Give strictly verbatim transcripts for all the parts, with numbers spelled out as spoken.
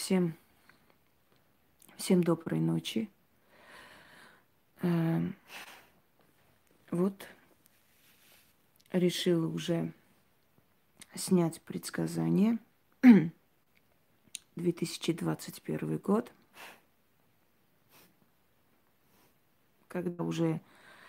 Всем, всем доброй ночи. Э, Вот решила уже снять предсказание. две тысячи двадцать первый год, когда уже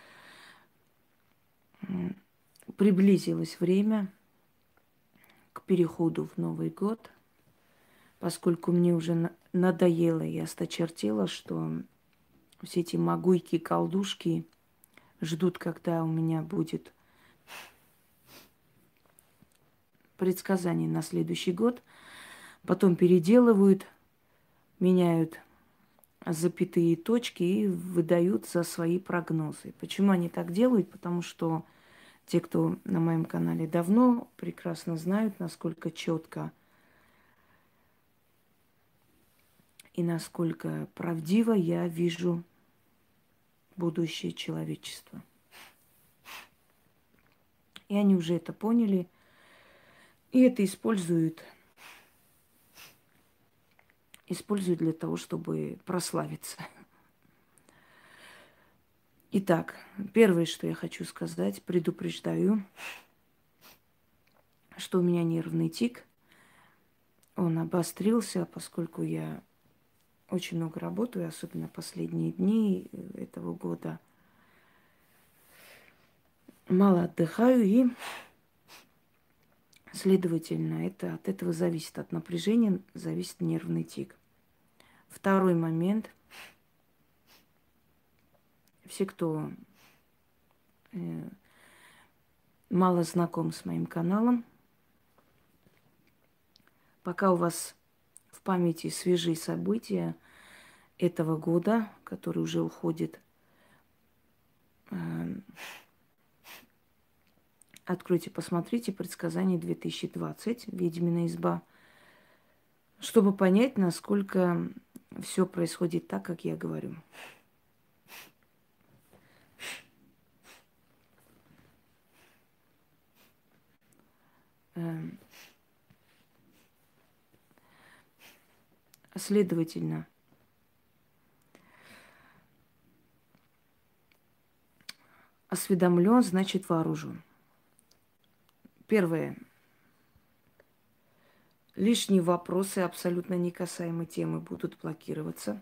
м, приблизилось время к переходу в Новый год, поскольку мне уже на- надоело и осточертело, что все эти магуйки, колдушки ждут, когда у меня будет предсказание на следующий год, потом переделывают, меняют запятые точки и выдают за свои прогнозы. Почему они так делают? Потому что те, кто на моем канале давно, прекрасно знают, насколько четко и насколько правдиво я вижу будущее человечества. И они уже это поняли, и это используют, используют для того, чтобы прославиться. Итак, первое, что я хочу сказать, предупреждаю, что у меня нервный тик. Он обострился, поскольку я очень много работаю, особенно последние дни этого года. Мало отдыхаю, и, следовательно, это от этого зависит, от напряжения зависит нервный тик. Второй момент. Все, кто э, мало знаком с моим каналом, пока у вас в памяти свежие события этого года, который уже уходит, э, откройте, посмотрите предсказание две тысячи двадцать, «Ведьмина изба», чтобы понять, насколько все происходит так, как я говорю. Эм, Следовательно, осведомлен, значит вооружен. Первое. Лишние вопросы, абсолютно не касаемые темы, будут блокироваться.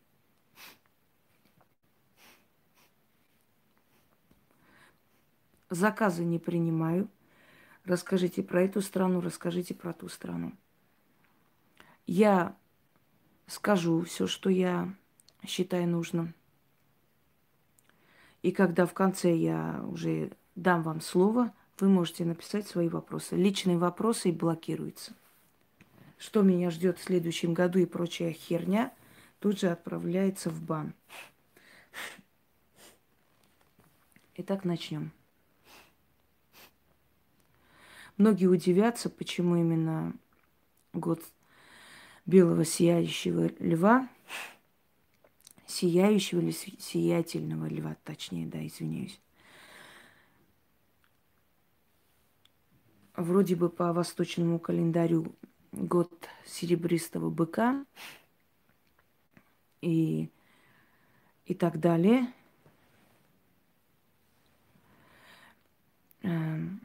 Заказы не принимаю. Расскажите про эту страну, расскажите про ту страну. Я скажу все, что я считаю нужным. И когда в конце я уже дам вам слово, вы можете написать свои вопросы. Личные вопросы блокируются. Что меня ждет в следующем году и прочая херня, тут же отправляется в бан. Итак, начнем. Многие удивятся, почему именно год белого сияющего льва, сияющего или сиятельного льва, точнее, да, извиняюсь. Вроде бы по восточному календарю год серебристого быка и, и так далее. Эм,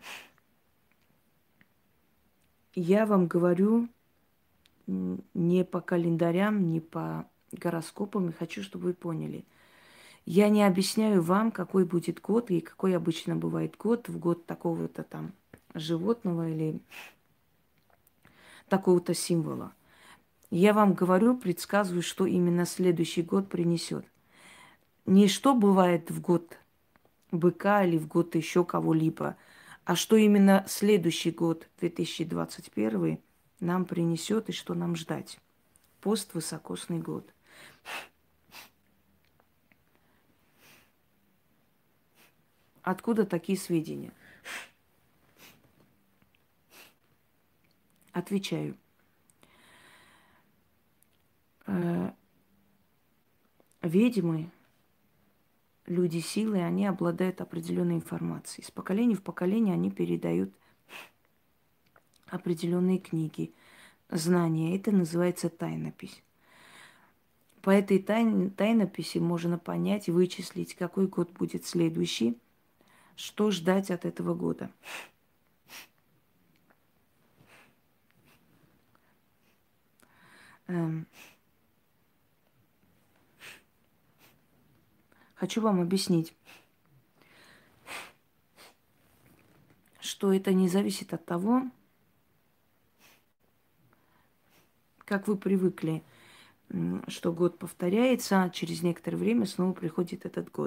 Я вам говорю м, не по календарям, не по гороскопам, и хочу, чтобы вы поняли. Я не объясняю вам, какой будет год и какой обычно бывает год в год такого-то там животного или такого-то символа. Я вам говорю, предсказываю, что именно следующий год принесет. Не что бывает в год быка или в год еще кого-либо, а что именно следующий год, две тысячи двадцать первый, нам принесет и что нам ждать. Поствысокосный год. Откуда такие сведения? Отвечаю. Э, Ведьмы, люди силы, они обладают определенной информацией. С поколения в поколение они передают определенные книги, знания. Это называется тайнопись. По этой тай- тайнописи можно понять, вычислить, какой год будет следующий, что ждать от этого года. Эм, Хочу вам объяснить, что это не зависит от того, как вы привыкли, м, что год повторяется, а через некоторое время снова приходит этот год.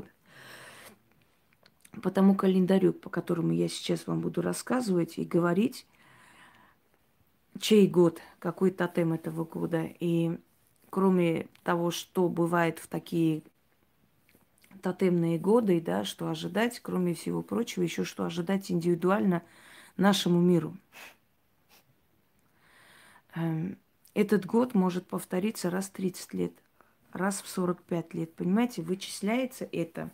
По тому календарю, по которому я сейчас вам буду рассказывать и говорить, чей год, какой тотем этого года. И кроме того, что бывает в такие тотемные годы, да, что ожидать, кроме всего прочего, еще что ожидать индивидуально нашему миру. Эм, Этот год может повториться раз в тридцать лет, раз в сорок пять лет. Понимаете, вычисляется это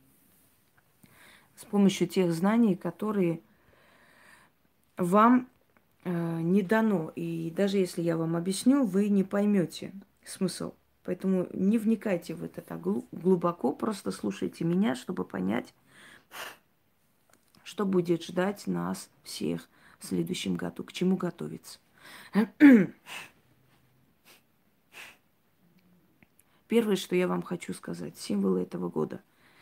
с помощью тех знаний, которые вам э, не дано. И даже если я вам объясню, вы не поймете смысл. Поэтому не вникайте в это так глу- глубоко, просто слушайте меня, чтобы понять, что будет ждать нас всех в следующем году, к чему готовиться. Первое, что я вам хочу сказать, символы этого года.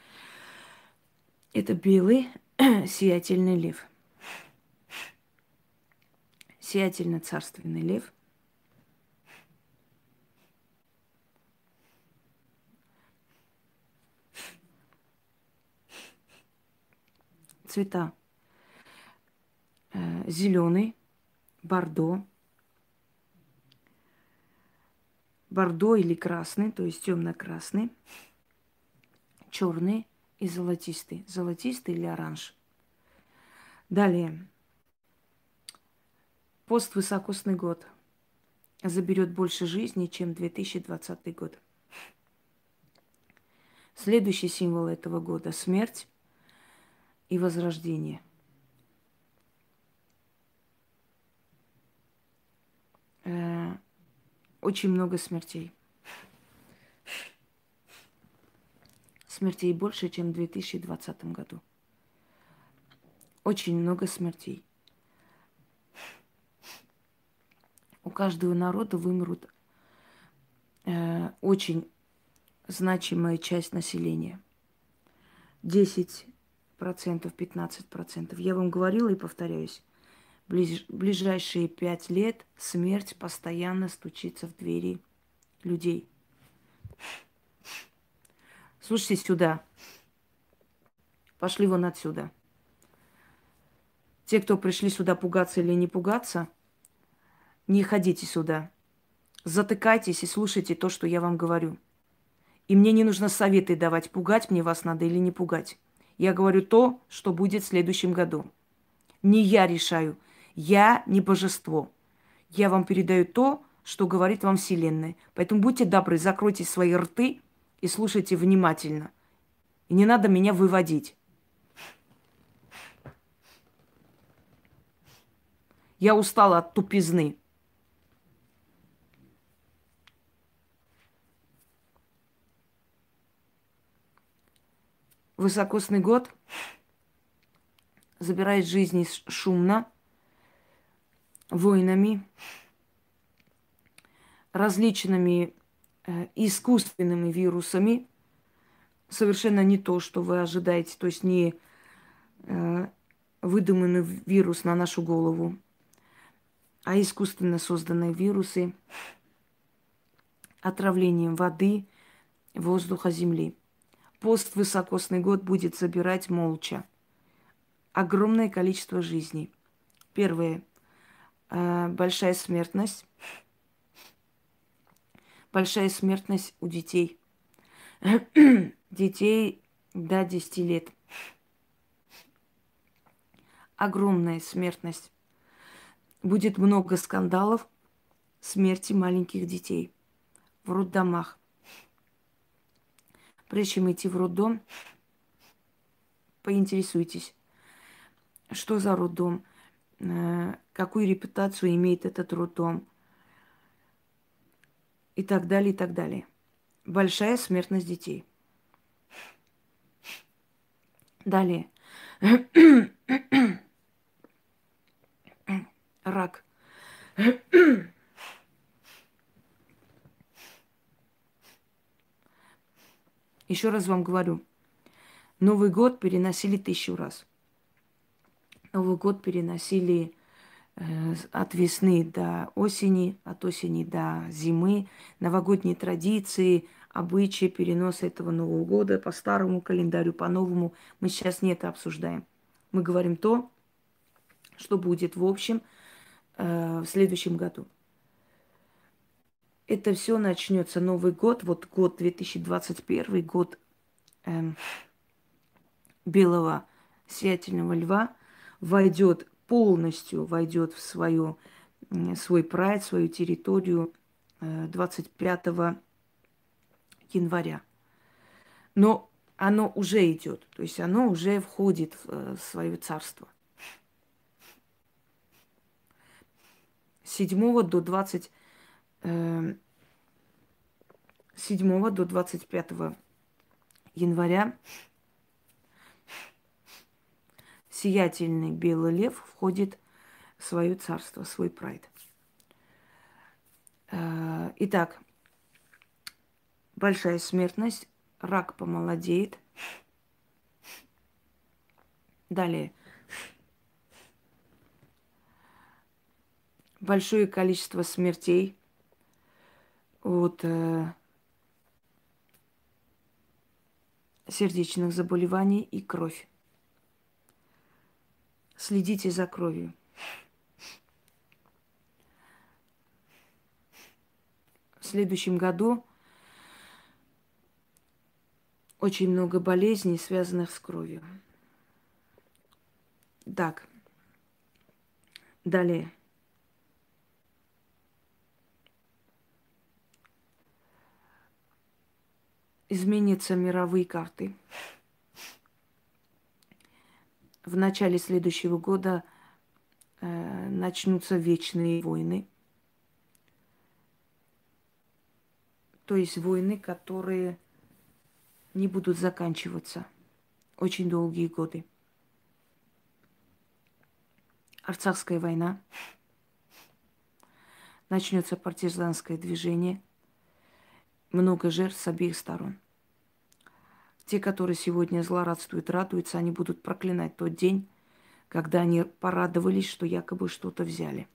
Это белый сиятельный лев. Сиятельно-царственный лев. Цвета э, зеленый, бордо, бордо или красный, то есть темно-красный, черный и золотистый. Золотистый или оранж. Далее. Поствысокосный год заберет больше жизни, чем две тысячи двадцатый год. Следующий символ этого года – смерть и возрождение. Э, очень много смертей. Смертей больше, чем в две тысячи двадцатом году. Очень много смертей. У каждого народа вымрут э, очень значимая часть населения. десять процентов, пятнадцать процентов. Я вам говорила и повторяюсь. Ближ, ближайшие пять лет смерть постоянно стучится в двери людей. Слушайте сюда. Пошли вон отсюда. Те, кто пришли сюда пугаться или не пугаться, не ходите сюда. Затыкайтесь и слушайте то, что я вам говорю. И мне не нужно советы давать, пугать мне вас надо или не пугать. Я говорю то, что будет в следующем году. Не я решаю. Я не божество. Я вам передаю то, что говорит вам Вселенная. Поэтому будьте добры, закройте свои рты и слушайте внимательно. И не надо меня выводить. Я устала от тупизны. Высокосный год забирает жизни шумно, войнами, различными э, искусственными вирусами. Совершенно не то, что вы ожидаете. То есть не э, выдуманный вирус на нашу голову, а искусственно созданные вирусы, отравлением воды, воздуха, земли. Поствысокосный год будет забирать молча огромное количество жизней. Первое. Э, большая смертность. Большая смертность у детей. Детей до десяти лет. Огромная смертность. Будет много скандалов смерти маленьких детей в роддомах. Прежде чем идти в роддом, поинтересуйтесь, что за роддом, э, какую репутацию имеет этот роддом, и так далее, и так далее. Большая смертность детей. Далее. Рак. Еще раз вам говорю, Новый год переносили тысячу раз. Новый год переносили э, от весны до осени, от осени до зимы. Новогодние традиции, обычаи переноса этого Нового года по старому календарю, по новому. Мы сейчас не это обсуждаем. Мы говорим то, что будет в общем э, в следующем году. Это все начнется Новый год, вот год две тысячи двадцать первый, год эм, белого сиятельного льва, войдет полностью, войдет в свою, свой прайд, свою территорию двадцать пятого января. Но оно уже идет, то есть оно уже входит в свое царство. седьмого до двадцать седьмого до двадцать пятого января сиятельный белый лев входит в свое царство, в свой прайд. Итак, большая смертность, рак помолодеет. Далее. Большое количество смертей от э, сердечных заболеваний и кровь. Следите за кровью. В следующем году очень много болезней, связанных с кровью. Так. Далее. Изменятся мировые карты. В начале следующего года э, начнутся вечные войны. То есть войны, которые не будут заканчиваться очень долгие годы. Арцахская война. Начнется партизанское движение. Много жертв с обеих сторон. Те, которые сегодня злорадствуют, радуются, они будут проклинать тот день, когда они порадовались, что якобы что-то взяли.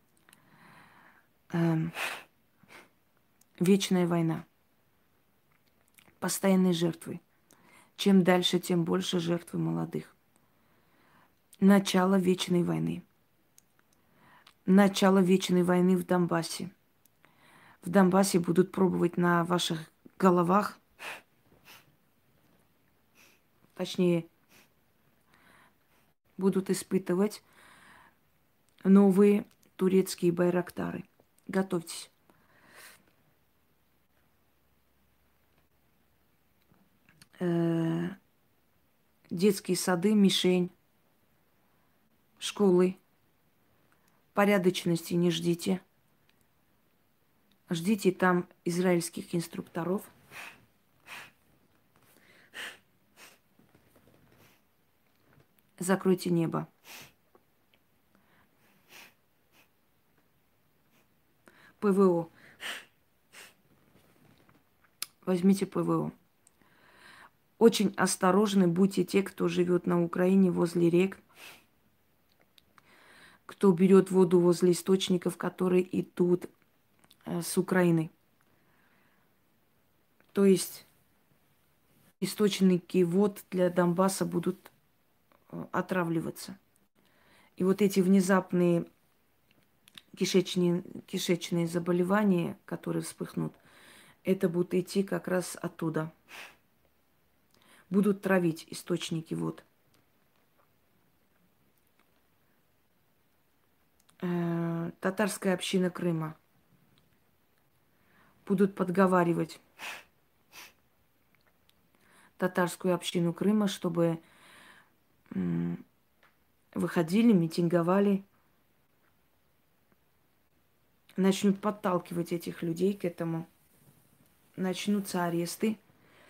Эм, вечная война. Постоянные жертвы. Чем дальше, тем больше жертвы молодых. Начало вечной войны. Начало вечной войны в Донбассе. В Донбассе будут пробовать на ваших головах, точнее, будут испытывать новые турецкие байрактары. Готовьтесь. Э-э- детские сады, мишень, школы. Порядочности не ждите. Ждите там израильских инструкторов. Закройте небо. ПВО. Возьмите ПВО. Очень осторожны будьте те, кто живет на Украине возле рек, кто берет воду возле источников, которые идут э, с Украины. То есть источники вод для Донбасса будут э, отравливаться. И вот эти внезапные кишечные, кишечные заболевания, которые вспыхнут, это будут идти как раз оттуда. Будут травить источники вод. Э, татарская община Крыма. Будут подговаривать татарскую общину Крыма, чтобы м, выходили, митинговали начнут подталкивать этих людей к этому. Начнутся аресты.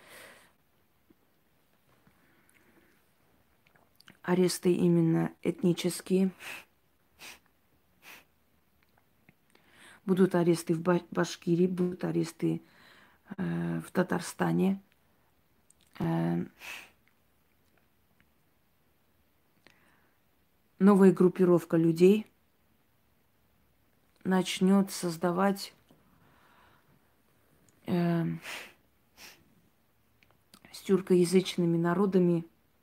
Аресты именно этнические. Будут аресты в Башкирии, будут аресты э, в Татарстане. Э, новая группировка людей начнет создавать э, с тюркоязычными народами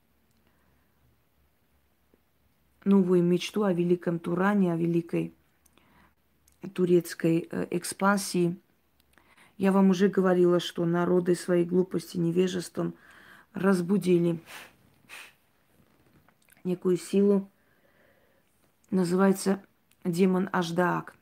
новую мечту о великом Туране, о великой турецкой э, экспансии. Я вам уже говорила, что народы своей глупости, невежеством разбудили некую силу. Называется демон Аждаак.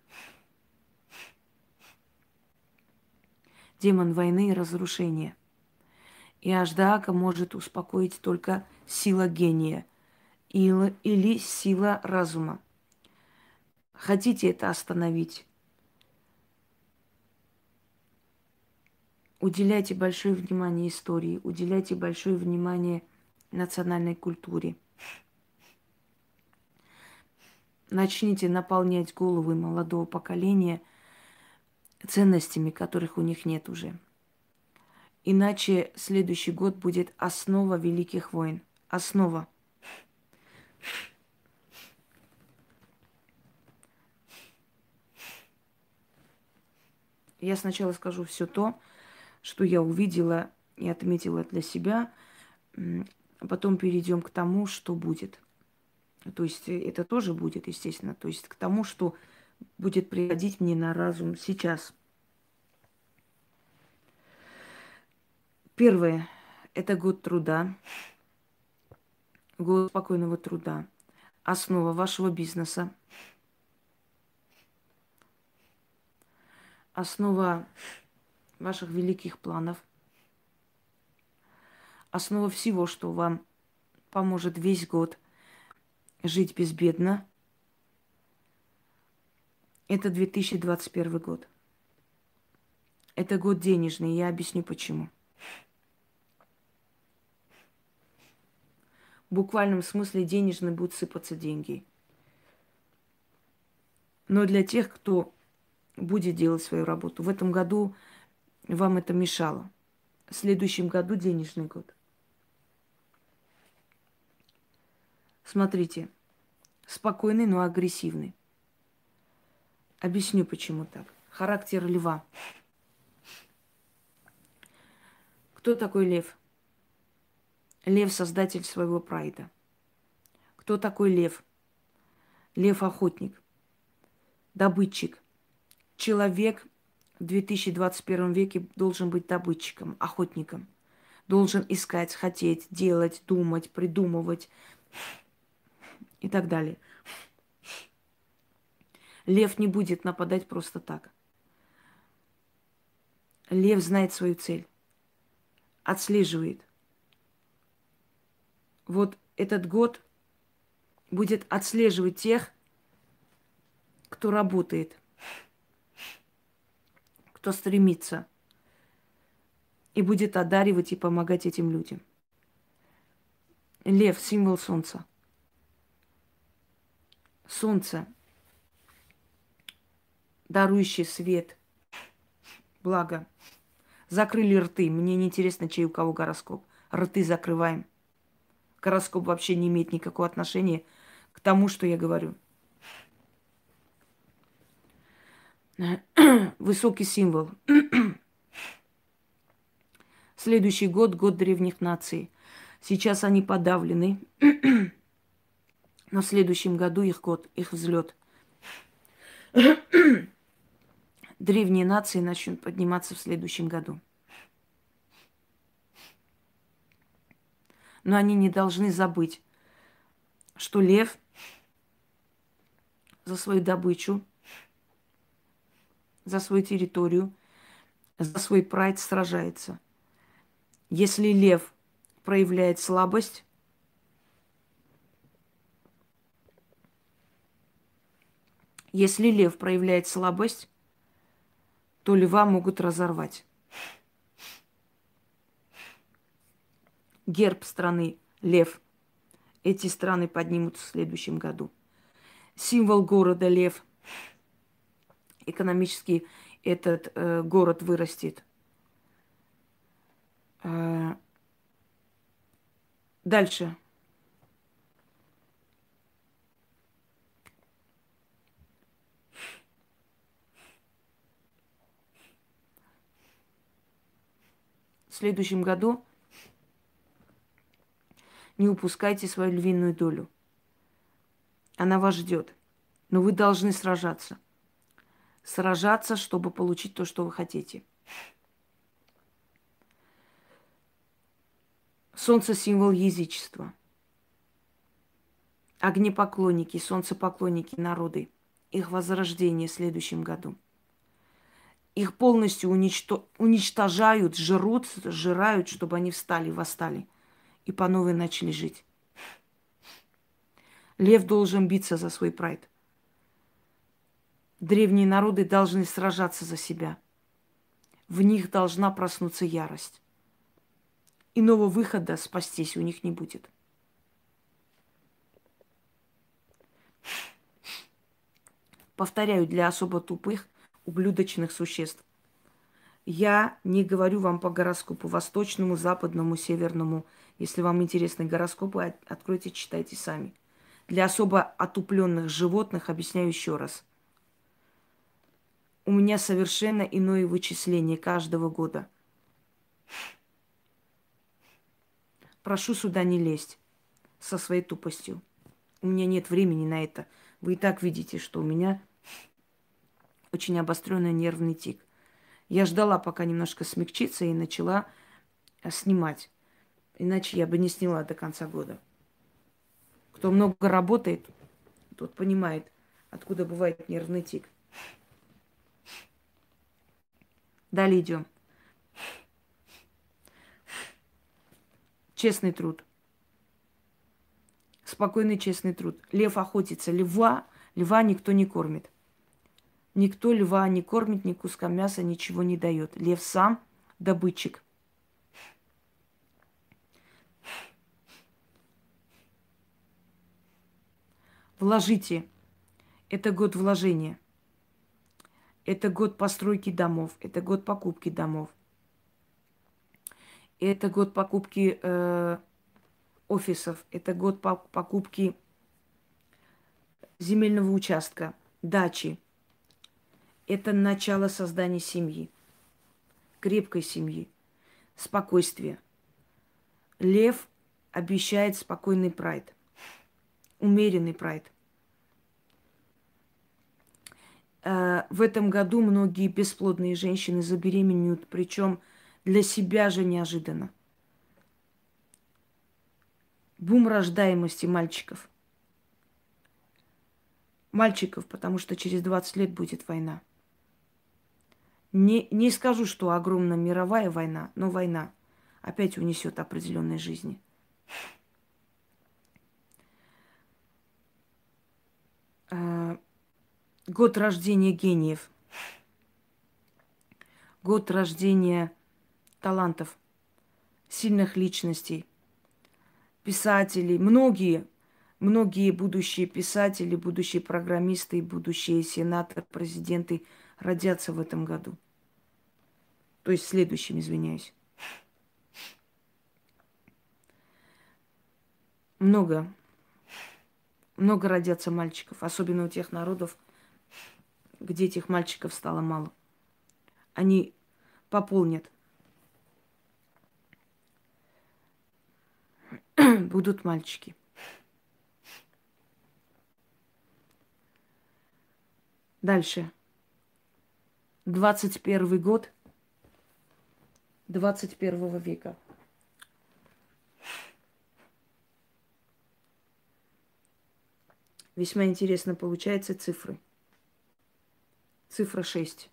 Демон войны и разрушения. И Аждаака может успокоить только сила гения или, или сила разума. Хотите это остановить? Уделяйте большое внимание истории, уделяйте большое внимание национальной культуре. Начните наполнять головы молодого поколения ценностями, которых у них нет уже. Иначе следующий год будет основа великих войн. Основа. Я сначала скажу все то, что я увидела и отметила для себя, а потом перейдем к тому, что будет. То есть это тоже будет, естественно. То есть к тому, что будет приходить мне на разум сейчас. Первое. Это год труда. Год спокойного труда. Основа вашего бизнеса. Основа ваших великих планов. Основа всего, что вам поможет весь год жить безбедно. Это две тысячи двадцать первый год. Это год денежный, я объясню почему. В буквальном смысле денежные будут сыпаться деньги. Но для тех, кто будет делать свою работу, в этом году вам это мешало. В следующем году денежный год. Смотрите, спокойный, но агрессивный. Объясню, почему так. Характер льва. Кто такой лев? Лев – создатель своего прайда. Кто такой лев? Лев-охотник, добытчик. Человек в две тысячи двадцать первом веке должен быть добытчиком, охотником. Должен искать, хотеть, делать, думать, придумывать и так далее. Лев не будет нападать просто так. Лев знает свою цель, отслеживает. Вот этот год будет отслеживать тех, кто работает, кто стремится, и будет одаривать и помогать этим людям. Лев – символ солнца. Солнце, дарующий свет, благо. Закрыли рты. Мне не интересно, чей у кого гороскоп. Рты закрываем. Гороскоп вообще не имеет никакого отношения к тому, что я говорю. Высокий символ. Следующий год – год древних наций. Сейчас они подавлены. Но в следующем году их год, их взлет. Древние нации начнут подниматься в следующем году. Но они не должны забыть, что лев за свою добычу, за свою территорию, за свой прайд сражается. Если лев проявляет слабость, если лев проявляет слабость, то льва могут разорвать. Герб страны – лев. Эти страны поднимут в следующем году. Символ города – лев. Экономически этот э, город вырастет. Э, дальше. В следующем году не упускайте свою львиную долю. Она вас ждет. Но вы должны сражаться. Сражаться, чтобы получить то, что вы хотите. Солнце – символ язычества. Огнепоклонники, солнцепоклонники, народы. Их возрождение в следующем году. Их полностью уничто... уничтожают, жрут, сжирают, чтобы они встали, восстали. И по новой начали жить. Лев должен биться за свой прайд. Древние народы должны сражаться за себя. В них должна проснуться ярость. Иного выхода спастись у них не будет. Повторяю, для особо тупых, ублюдочных существ. Я не говорю вам по гороскопу восточному, западному, северному. Если вам интересны гороскопы, откройте, читайте сами. Для особо отупленных животных объясняю еще раз. У меня совершенно иное вычисление каждого года. Прошу сюда не лезть со своей тупостью. У меня нет времени на это. Вы и так видите, что у меня очень обостренный нервный тик. Я ждала, пока немножко смягчится, и начала снимать. Иначе я бы не сняла до конца года. Кто много работает, тот понимает, откуда бывает нервный тик. Далее идем. Честный труд. Спокойный, честный труд. Лев охотится. Льва, льва никто не кормит. Никто льва не кормит, ни куска мяса, ничего не дает. Лев сам добытчик. Вложите. Это год вложения. Это год постройки домов. Это год покупки домов. Это год покупки э, офисов. Это год покупки земельного участка, дачи. Это начало создания семьи. Крепкой семьи. Спокойствие. Лев обещает спокойный прайд. Умеренный прайд. Э, в этом году многие бесплодные женщины забеременеют, причем для себя же неожиданно. Бум рождаемости мальчиков. Мальчиков, потому что через двадцать лет будет война. Не, не скажу, что огромная мировая война, но война опять унесет определенные жизни. А, год рождения гениев. Год рождения талантов, сильных личностей, писателей. Многие, многие будущие писатели, будущие программисты, будущие сенаторы, президенты родятся в этом году. То есть в следующем, извиняюсь. Много, много родятся мальчиков, особенно у тех народов, где этих мальчиков стало мало. Они пополнят. Будут мальчики. Дальше. Двадцать первый год двадцать первого века. Весьма интересно получаются цифры. Цифра шесть.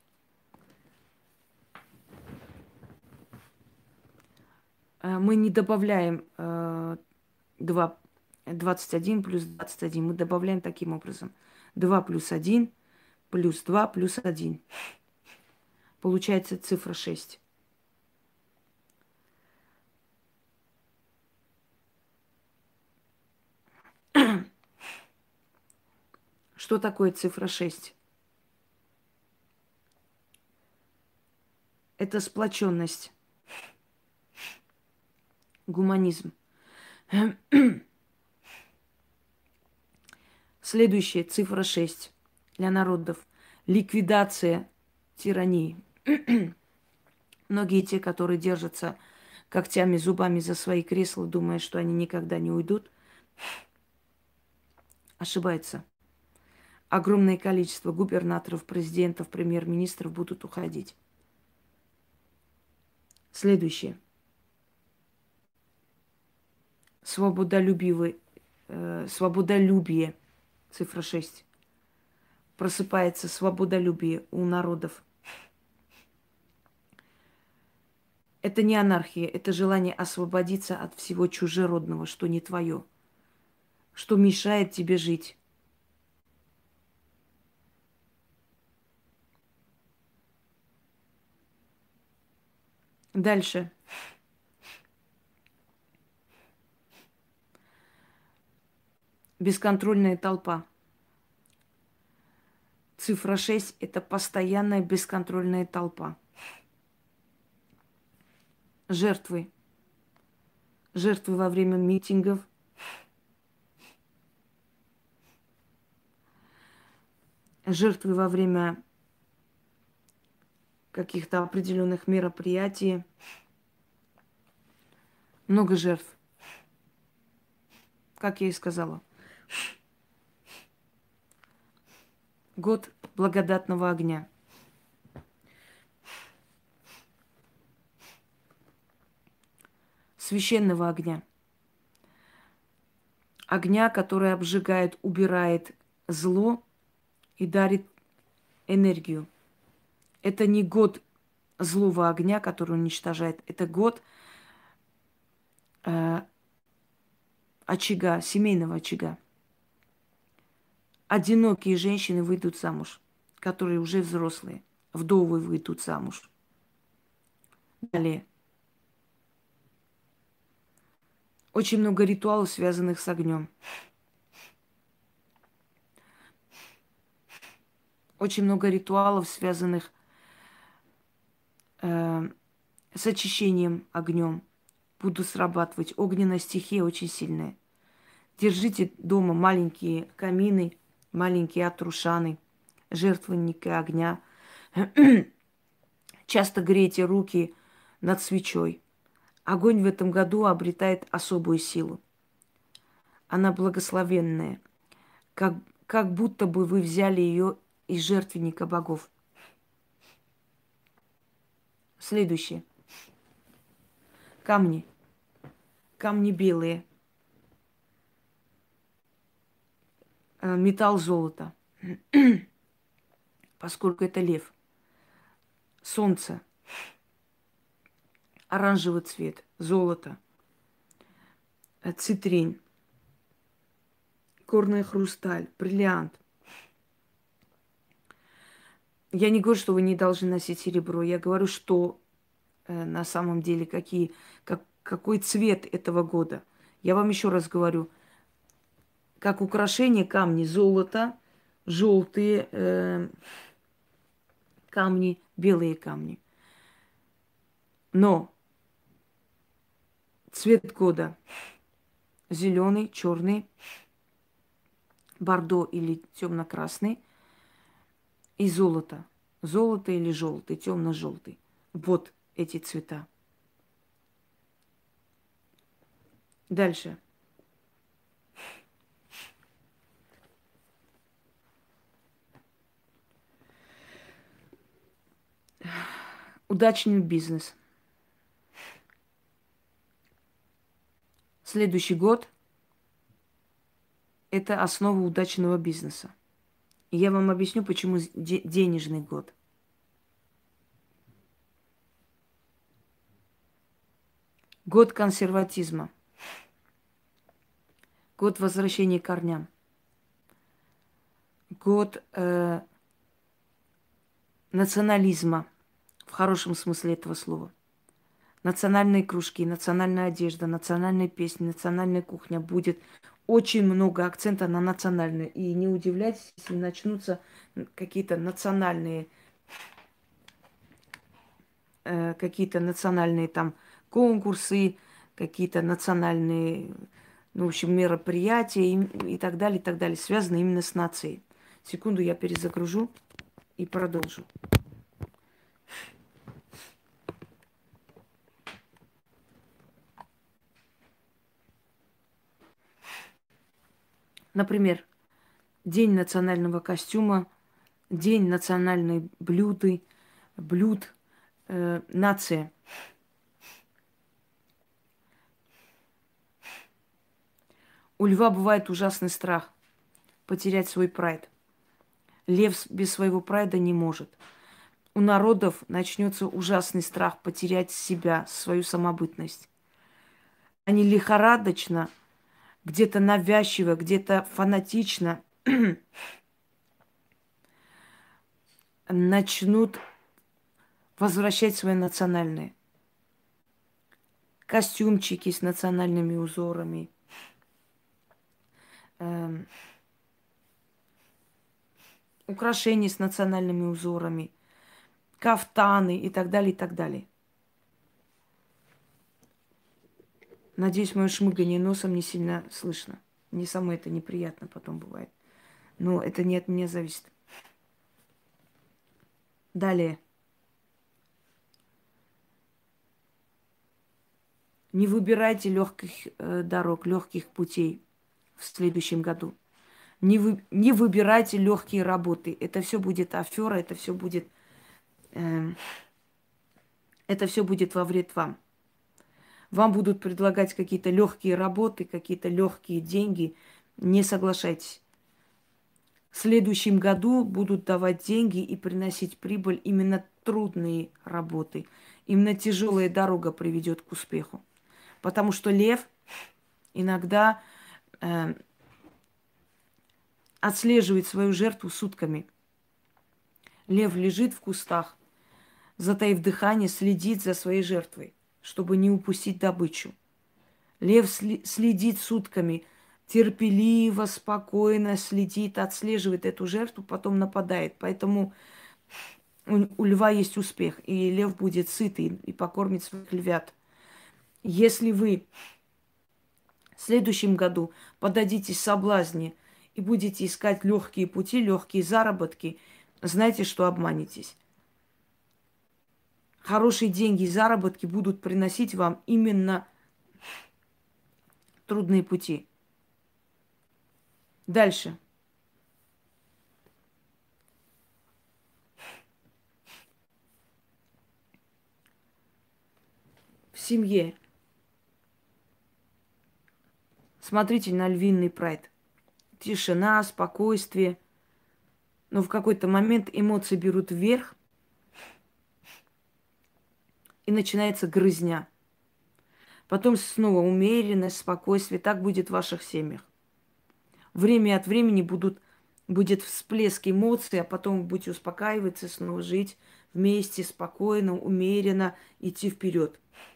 Мы не добавляем э, два, двадцать один плюс двадцать один. Мы добавляем таким образом. два плюс один плюс два плюс один. Получается цифра шесть. Что такое цифра шесть? Это сплоченность, гуманизм. Следующая цифра шесть для народов. Ликвидация тирании. Многие те, которые держатся когтями, зубами за свои кресла, думая, что они никогда не уйдут, ошибаются. Огромное количество губернаторов, президентов, премьер-министров будут уходить. Следующее. Свободолюбивый, э, свободолюбие. Цифра шесть. Просыпается свободолюбие у народов. Это не анархия, это желание освободиться от всего чужеродного, что не твое, что мешает тебе жить. Дальше. Бесконтрольная толпа. Цифра шесть – это постоянная бесконтрольная толпа. Жертвы. Жертвы во время митингов. Жертвы во время каких-то определенных мероприятий. Много жертв. Как я и сказала. Год благодатного огня. Священного огня. Огня, который обжигает, убирает зло и дарит энергию. Это не год злого огня, который уничтожает. Это год э, очага, семейного очага. Одинокие женщины выйдут замуж, которые уже взрослые. Вдовы выйдут замуж. Далее. Очень много ритуалов, связанных с огнем. Очень много ритуалов, связанных э, с очищением огнем. Будут срабатывать. Огненная стихия очень сильная. Держите дома маленькие камины, маленькие отрушаны, жертвенники огня. Часто грейте руки над свечой. Огонь в этом году обретает особую силу. Она благословенная. Как, как будто бы вы взяли ее из жертвенника богов. Следующее. Камни. Камни белые. Металл золото. Поскольку это лев. Солнце. Оранжевый цвет. Золото. Цитрин. Горный хрусталь. Бриллиант. Я не говорю, что вы не должны носить серебро. Я говорю, что э, на самом деле какие, как, какой цвет этого года. Я вам еще раз говорю. Как украшение камни золото, желтые э, камни, белые камни. Но цвет года зеленый, черный, бордо или темно-красный и золото. Золото или желтый, темно-желтый. Вот эти цвета. Дальше. Удачный бизнес. Следующий год – это основа удачного бизнеса. И я вам объясню, почему де- денежный год. Год консерватизма. Год возвращения к корням. Год э, национализма. в хорошем смысле этого слова. Национальные кружки, национальная одежда, национальные песни, национальная кухня. Будет очень много акцента на национальное. И не удивляйтесь, если начнутся какие-то национальные, э, какие-то национальные там конкурсы, какие-то национальные, ну, в общем, мероприятия и, и так далее, и так далее, связанные именно с нацией. Секунду, я перезагружу и продолжу. Например, День национального костюма, День национальной блюды, блюд, э, нация. У льва бывает ужасный страх потерять свой прайд. Лев без своего прайда не может. У народов начнется ужасный страх потерять себя, свою самобытность. Они лихорадочно, где-то навязчиво, где-то фанатично начнут возвращать свои национальные костюмчики с национальными узорами, эм, украшения с национальными узорами, кафтаны и так далее, и так далее. Надеюсь, мое шмыгание носом не сильно слышно. Мне самой это неприятно потом бывает. Но это не от меня зависит. Далее. Не выбирайте легких э, дорог, легких путей в следующем году. Не, вы, не выбирайте легкие работы. Это все будет афера, это все будет, э, это все будет во вред вам. Вам будут предлагать какие-то легкие работы, какие-то легкие деньги. Не соглашайтесь. В следующем году будут давать деньги и приносить прибыль именно трудные работы. Именно тяжелая дорога приведет к успеху. Потому что лев иногда э, отслеживает свою жертву сутками. Лев лежит в кустах, затаив дыхание, следит за своей жертвой, чтобы не упустить добычу. Лев следит сутками, терпеливо, спокойно следит, отслеживает эту жертву, потом нападает. Поэтому у, у льва есть успех, и лев будет сытый и покормит своих львят. Если вы в следующем году подадитесь соблазне и будете искать легкие пути, легкие заработки, знайте, что обманетесь. Хорошие деньги и заработки будут приносить вам именно трудные пути. Дальше. В семье смотрите на львиный прайд. Тишина, спокойствие. Но в какой-то момент эмоции берут вверх, и начинается грызня. Потом снова умеренность, спокойствие. Так будет в ваших семьях. Время от времени будут, будет всплеск эмоций, а потом будете успокаиваться, снова жить вместе, спокойно, умеренно, идти вперед.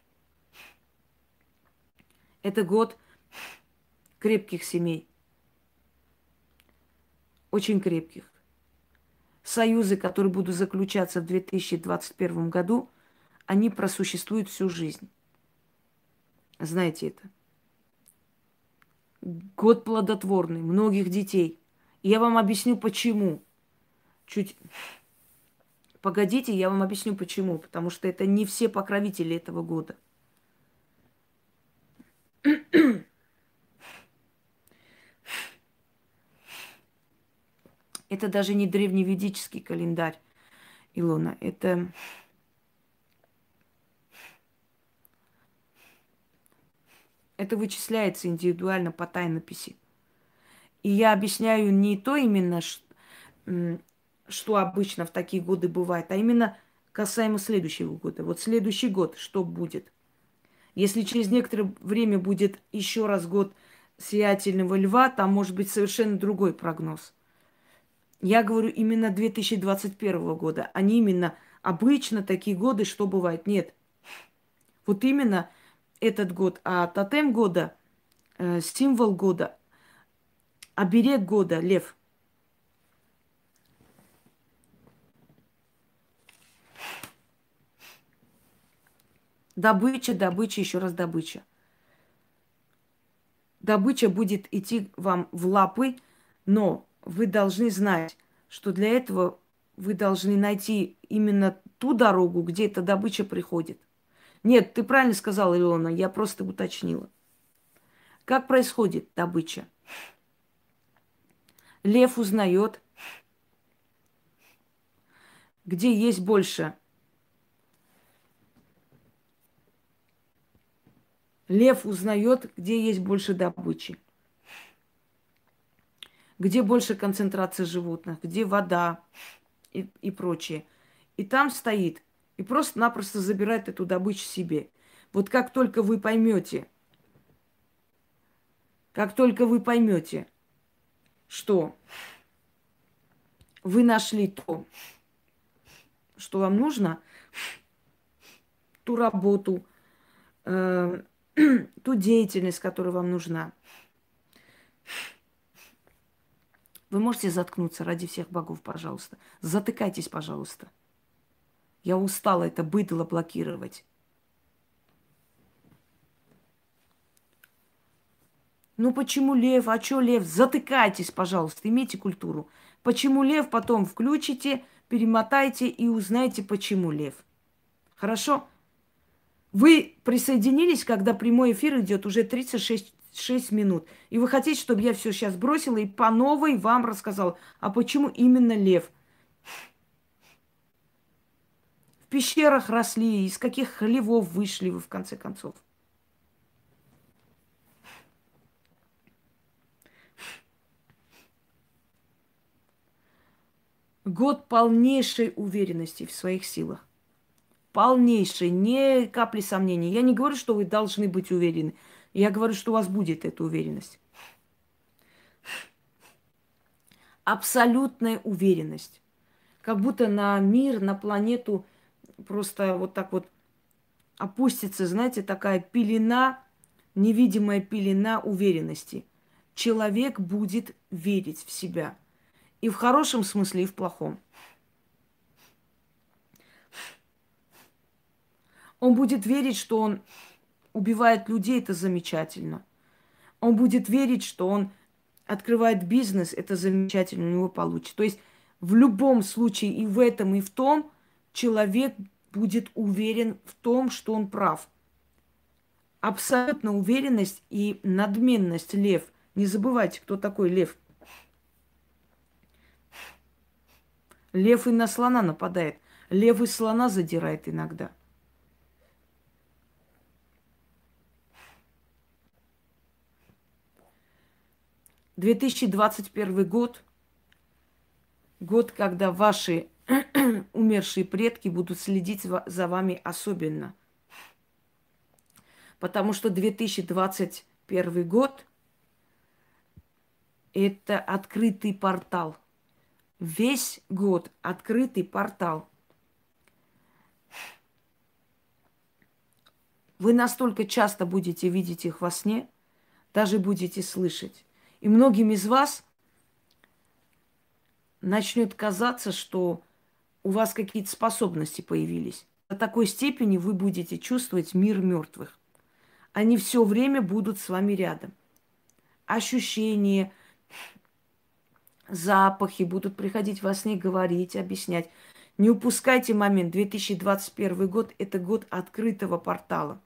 Это год крепких семей. Очень крепких. Союзы, которые будут заключаться в две тысячи двадцать первом году, они просуществуют всю жизнь. Знаете это. Год плодотворный, многих детей. И я вам объясню, почему. Чуть погодите, я вам объясню, почему. Потому что это не все покровители этого года. Это даже не древневедический календарь, Илона. Это... Это вычисляется индивидуально по тайнописи. И я объясняю не то именно, что обычно в такие годы бывает, а именно касаемо следующего года. Вот следующий год что будет? Если через некоторое время будет еще раз год сиятельного льва, там может быть совершенно другой прогноз. Я говорю именно две тысячи двадцать первого года, а не именно обычно такие годы, что бывает? Нет. Вот именно этот год. А тотем года, э, символ года, оберег года, лев. Добыча, добыча, еще раз добыча. Добыча будет идти вам в лапы, но вы должны знать, что для этого вы должны найти именно ту дорогу, где эта добыча приходит. Нет, ты правильно сказала, Илона, я просто уточнила. Как происходит добыча? Лев узнает, где есть больше. Лев узнает, где есть больше добычи, где больше концентрация животных, где вода и, и прочее. И там стоит и просто-напросто забирает эту добычу себе. Вот как только вы поймете, как только вы поймете, что вы нашли то, что вам нужно, ту работу, э, ту деятельность, которая вам нужна, вы можете заткнуться ради всех богов, пожалуйста. Затыкайтесь, пожалуйста. Я устала это быдло блокировать. Ну почему лев? А чё лев? Затыкайтесь, пожалуйста, имейте культуру. Почему лев? Потом включите, перемотайте и узнаете, почему лев. Хорошо? Вы присоединились, когда прямой эфир идет уже тридцать шесть, шесть минут. И вы хотите, чтобы я все сейчас бросила и по новой вам рассказала. А почему именно лев? В пещерах росли, из каких хлевов вышли вы в конце концов? Год полнейшей уверенности в своих силах. Полнейшей, ни капли сомнений. Я не говорю, что вы должны быть уверены. Я говорю, что у вас будет эта уверенность. Абсолютная уверенность. Как будто на мир, на планету просто вот так вот опустится, знаете, такая пелена, невидимая пелена уверенности. Человек будет верить в себя. И в хорошем смысле, и в плохом. Он будет верить, что он убивает людей, это замечательно. Он будет верить, что он открывает бизнес, это замечательно, у него получится. То есть в любом случае и в этом, и в том человек будет уверен в том, что он прав. Абсолютно уверенность и надменность лев. Не забывайте, кто такой лев. Лев и на слона нападает. Лев и слона задирает иногда. две тысячи двадцать первый год, год, когда ваши умершие предки будут следить за вами особенно. Потому что две тысячи двадцать первый год – это открытый портал. Весь год открытый портал. Вы настолько часто будете видеть их во сне, даже будете слышать. И многим из вас начнет казаться, что у вас какие-то способности появились. До такой степени вы будете чувствовать мир мертвых. Они все время будут с вами рядом. Ощущения, запахи будут приходить во сне, говорить, объяснять. Не упускайте момент. две тысячи двадцать первый год – это год открытого портала.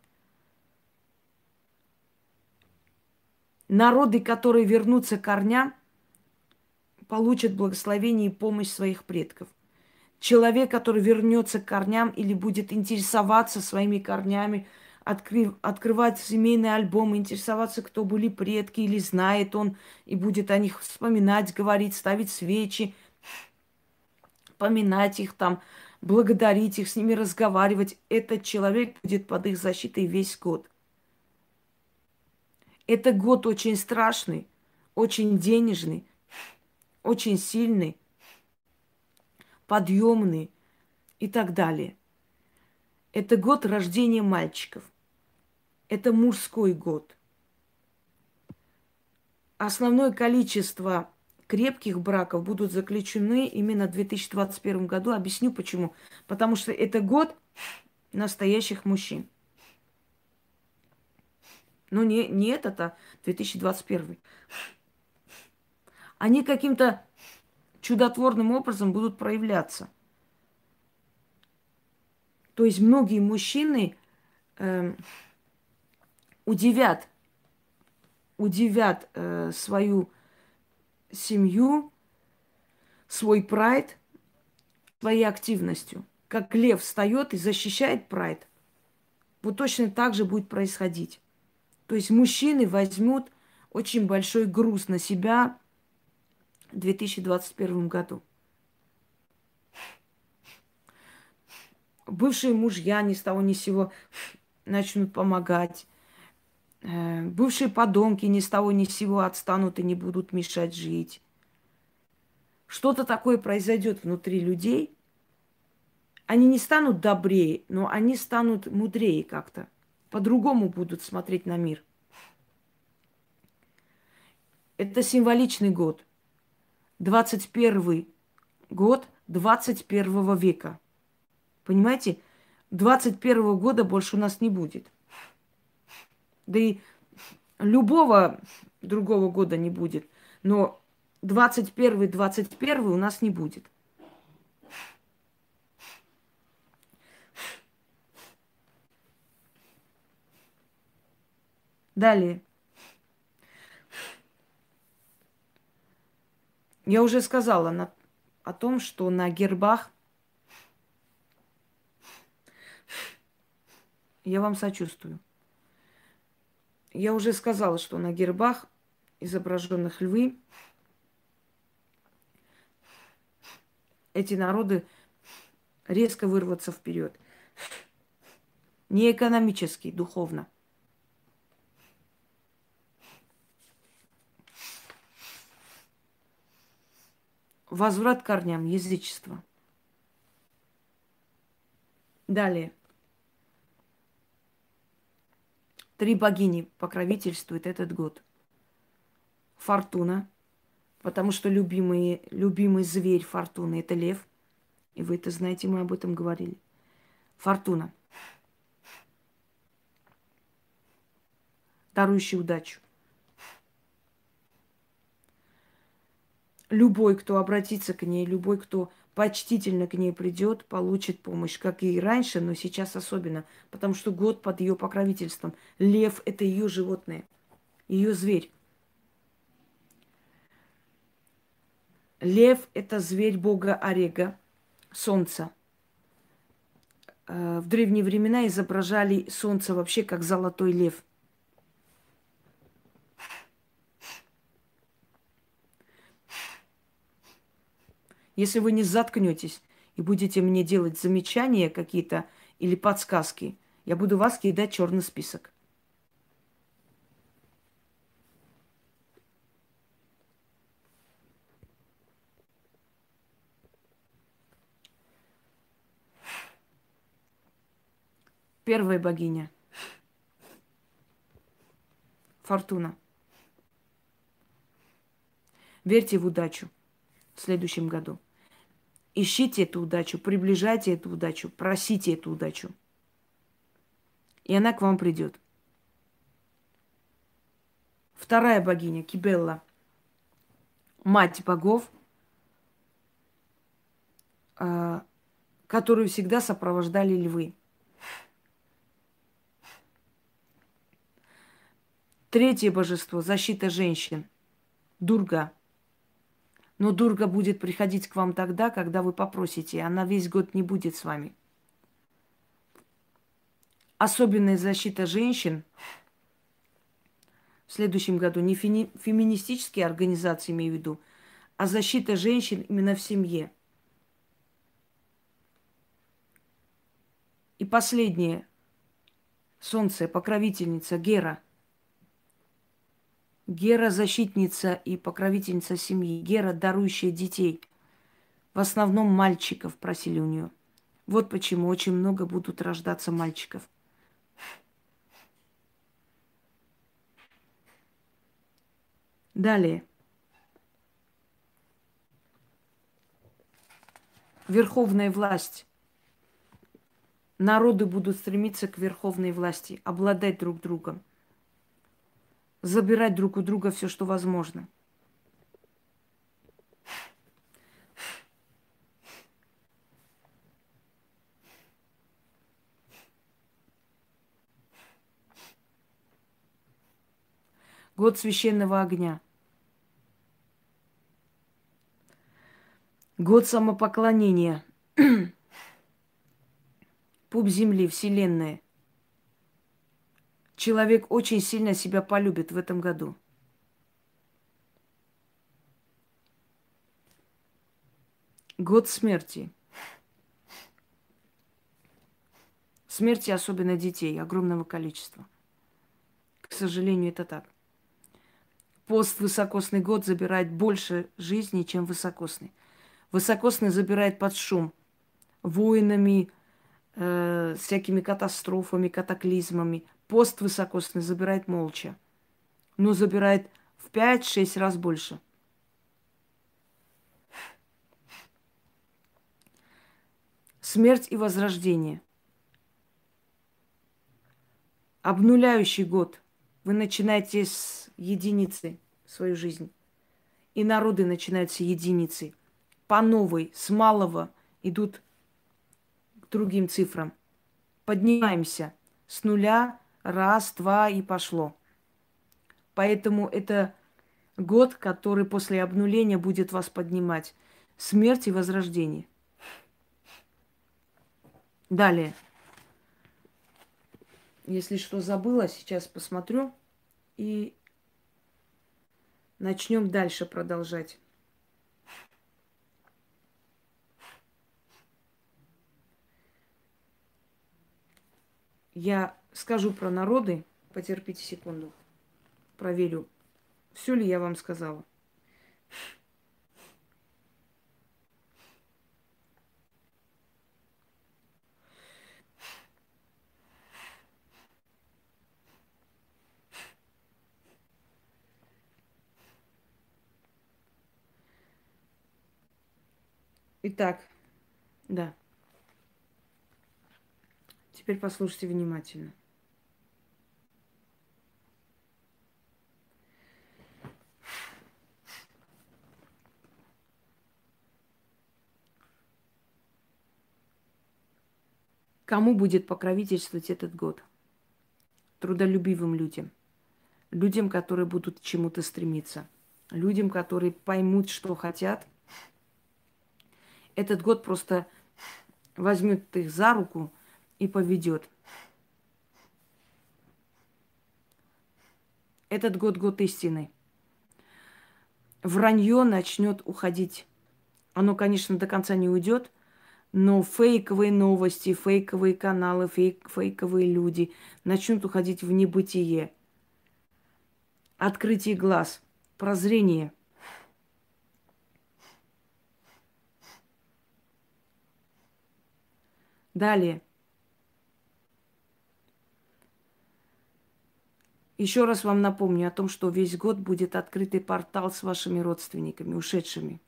Народы, которые вернутся к корням, получат благословение и помощь своих предков. Человек, который вернется к корням или будет интересоваться своими корнями, открыв, открывать семейный альбом, интересоваться, кто были предки, или знает он, и будет о них вспоминать, говорить, ставить свечи, поминать их там, благодарить их, с ними разговаривать. Этот человек будет под их защитой весь год. Это год очень страшный, очень денежный, очень сильный, подъемный, и так далее. Это год рождения мальчиков. Это мужской год. Основное количество крепких браков будут заключены именно в две тысячи двадцать первом году. Объясню почему. Потому что это год настоящих мужчин. Ну, не, не этот, а две тысячи двадцать первый. Они каким-то чудотворным образом будут проявляться. То есть многие мужчины э, удивят, удивят э, свою семью, свой прайд своей активностью. Как лев встает и защищает прайд, вот точно так же будет происходить. То есть мужчины возьмут очень большой груз на себя в две тысячи двадцать первом году. Бывшие мужья ни с того ни с сего начнут помогать. Бывшие подонки ни с того ни с сего отстанут и не будут мешать жить. Что-то такое произойдет внутри людей. Они не станут добрее, но они станут мудрее как-то. По-другому будут смотреть на мир. Это символичный год. двадцать первый год двадцать первого века. Понимаете? двадцать первого года больше у нас не будет. Да и любого другого года не будет. Но двадцать первый двадцать первый у нас не будет. Далее. Я уже сказала на, о том, что на гербах, я вам сочувствую. Я уже сказала, что на гербах изображенных львы эти народы резко вырваться вперед. Не экономически, духовно. Возврат к корням язычества. Далее. Три богини покровительствуют этот год. Фортуна, потому что любимый, любимый зверь Фортуны – это лев. И вы это знаете, мы об этом говорили. Фортуна, дарующий удачу. Любой, кто обратится к ней, любой, кто почтительно к ней придет, получит помощь, как и раньше, но сейчас особенно, потому что год под ее покровительством. Лев – это ее животное, ее зверь. Лев – это зверь бога Орега, солнца. В древние времена изображали солнце вообще как золотой лев. Если вы не заткнетесь и будете мне делать замечания какие-то или подсказки, я буду вас кидать в черный список. Первая богиня. Фортуна. Верьте в удачу в следующем году. Ищите эту удачу, приближайте эту удачу, просите эту удачу. И она к вам придет. Вторая богиня, Кибелла, мать богов, которую всегда сопровождали львы. Третье божество – защита женщин, Дурга. Но Дурга будет приходить к вам тогда, когда вы попросите. Она весь год не будет с вами. Особенная защита женщин в следующем году. Не феми- феминистические организации, имею в виду, а защита женщин именно в семье. И последнее. Солнце, покровительница, Гера. Гера – защитница и покровительница семьи. Гера – дарующая детей. В основном мальчиков просили у нее. Вот почему очень много будут рождаться мальчиков. Далее. Верховная власть. Народы будут стремиться к верховной власти, обладать друг другом, забирать друг у друга все, что возможно. Год священного огня. Год самопоклонения. Пуп земли, вселенная. Человек очень сильно себя полюбит в этом году. Год смерти. Смерти, особенно детей, огромного количества. К сожалению, это так. Поствысокосный год забирает больше жизни, чем высокосный. Высокосный забирает под шум войнами, э, всякими катастрофами, катаклизмами. Поствысокосный забирает молча, но забирает в пять-шесть раз больше. Смерть и возрождение. Обнуляющий год. Вы начинаете с единицы свою жизнь. И народы начинают с единицы. По новой, с малого идут к другим цифрам. Поднимаемся с нуля, раз, два и пошло. Поэтому это год, который после обнуления будет вас поднимать. Смерть и возрождение. Далее. Если что забыла, сейчас посмотрю и начнем дальше продолжать. Я скажу про народы. Потерпите секунду. Проверю, все ли я вам сказала. Итак, да. Теперь послушайте внимательно. Кому будет покровительствовать этот год? Трудолюбивым людям. Людям, которые будут к чему-то стремиться. Людям, которые поймут, что хотят. Этот год просто возьмет их за руку и поведет. Этот год год истины. Вранье начнет уходить. Оно, конечно, до конца не уйдет, но фейковые новости, фейковые каналы, фейк, фейковые люди начнут уходить в небытие. Открытие глаз, прозрение. Далее. Еще раз вам напомню о том, что весь год будет открытый портал с вашими родственниками, ушедшими.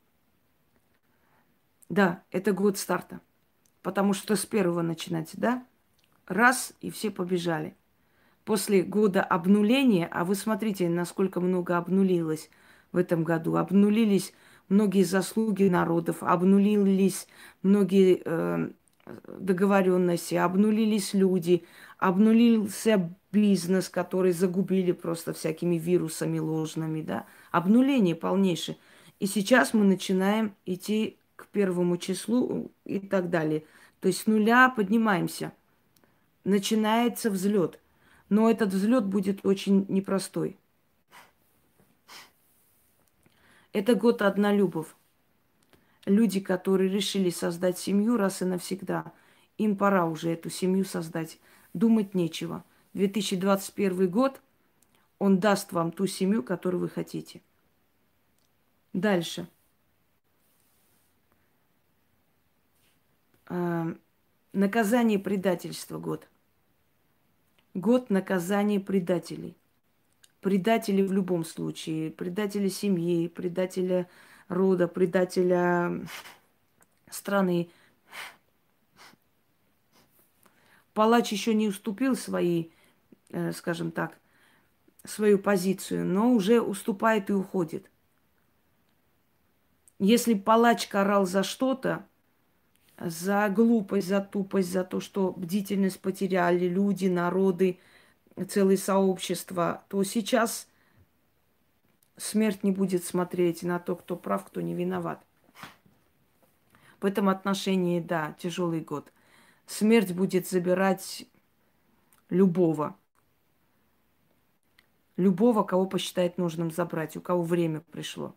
Да, это год старта. Потому что с первого начинать, да? Раз, и все побежали. После года обнуления, а вы смотрите, насколько много обнулилось в этом году. Обнулились многие заслуги народов, обнулились многие э, договоренности, обнулились люди, обнулился бизнес, который загубили просто всякими вирусами ложными, да? Обнуление полнейшее. И сейчас мы начинаем идти к первому числу и так далее. То есть с нуля поднимаемся. Начинается взлет. Но этот взлет будет очень непростой. Это год однолюбов. Люди, которые решили создать семью раз и навсегда, им пора уже эту семью создать. Думать нечего. две тысячи двадцать первый год, он даст вам ту семью, которую вы хотите. Дальше. Наказание предательства год. Год наказания предателей. Предатели в любом случае. Предателя семьи, предателя рода, предателя страны. Палач еще не уступил свои, э, скажем так, свою позицию, но уже уступает и уходит. Если палач карал за что-то, за глупость, за тупость, за то, что бдительность потеряли люди, народы, целые сообщества, то сейчас смерть не будет смотреть на то, кто прав, кто не виноват. В этом отношении, да, тяжелый год. Смерть будет забирать любого. Любого, кого посчитает нужным забрать, у кого время пришло.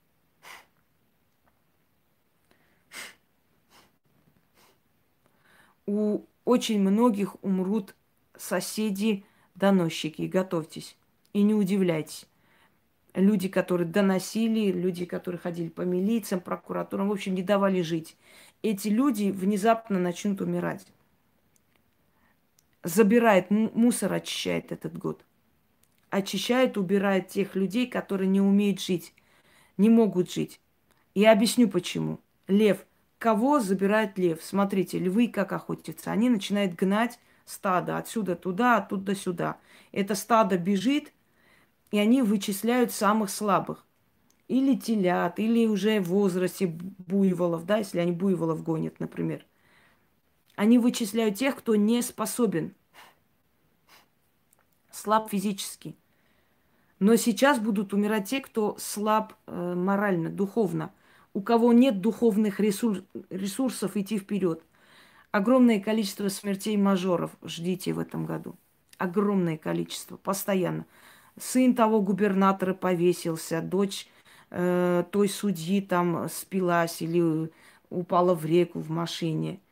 У очень многих умрут соседи, доносчики. Готовьтесь. И не удивляйтесь. Люди, которые доносили, люди, которые ходили по милициям, прокуратурам, в общем, не давали жить. Эти люди внезапно начнут умирать. Забирает, мусор очищает этот год. Очищает, убирает тех людей, которые не умеют жить, не могут жить. Я объясню почему. Лев. Кого забирает лев? Смотрите, львы как охотятся. Они начинают гнать стадо отсюда туда, оттуда сюда. Это стадо бежит, и они вычисляют самых слабых. Или телят, или уже в возрасте буйволов, да, если они буйволов гонят, например. Они вычисляют тех, кто не способен. Слаб физически. Но сейчас будут умирать те, кто слаб э, морально, духовно. У кого нет духовных ресурс, ресурсов идти вперед. Огромное количество смертей мажоров ждите в этом году. Огромное количество, постоянно. Сын того губернатора повесился, дочь э, той судьи там спилась или упала в реку в машине.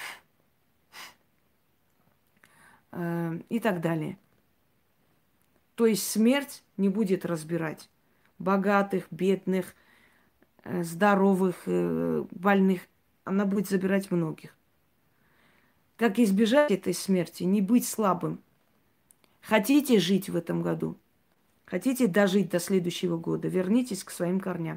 Э, и так далее. То есть смерть не будет разбирать богатых, бедных, э, здоровых, э, больных. Она будет забирать многих. Как избежать этой смерти? Не быть слабым. Хотите жить в этом году? Хотите дожить до следующего года? Вернитесь к своим корням.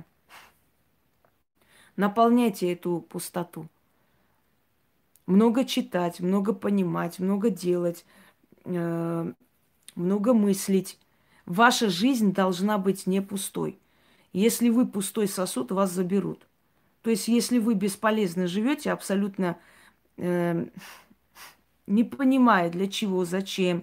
Наполняйте эту пустоту. Много читать, много понимать, много делать, э, много мыслить. Ваша жизнь должна быть не пустой. Если вы пустой сосуд, вас заберут. То есть, если вы бесполезно живете, абсолютно э, не понимая, для чего, зачем,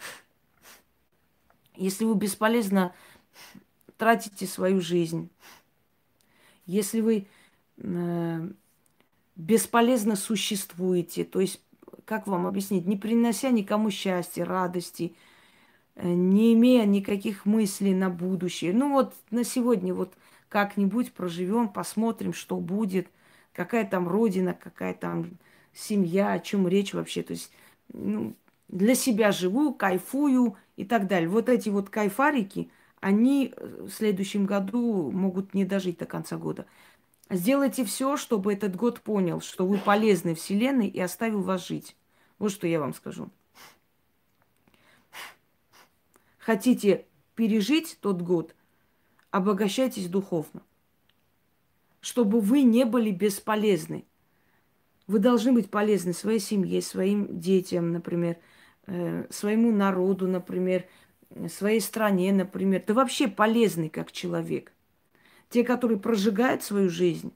если вы бесполезно тратите свою жизнь, если вы э, бесполезно существуете, то есть, как вам объяснить, не принося никому счастья, радости, э, не имея никаких мыслей на будущее. Ну вот на сегодня вот как-нибудь проживем, посмотрим, что будет, какая там родина, какая там семья, о чем речь вообще. То есть ну, для себя живу, кайфую и так далее. Вот эти вот кайфарики, они в следующем году могут не дожить до конца года. Сделайте все, чтобы этот год понял, что вы полезны Вселенной и оставил вас жить. Вот что я вам скажу. Хотите пережить тот год, обогащайтесь духовно, чтобы вы не были бесполезны. Вы должны быть полезны своей семье, своим детям, например, э, своему народу, например, своей стране, например. Ты вообще полезный как человек. Те, которые прожигают свою жизнь,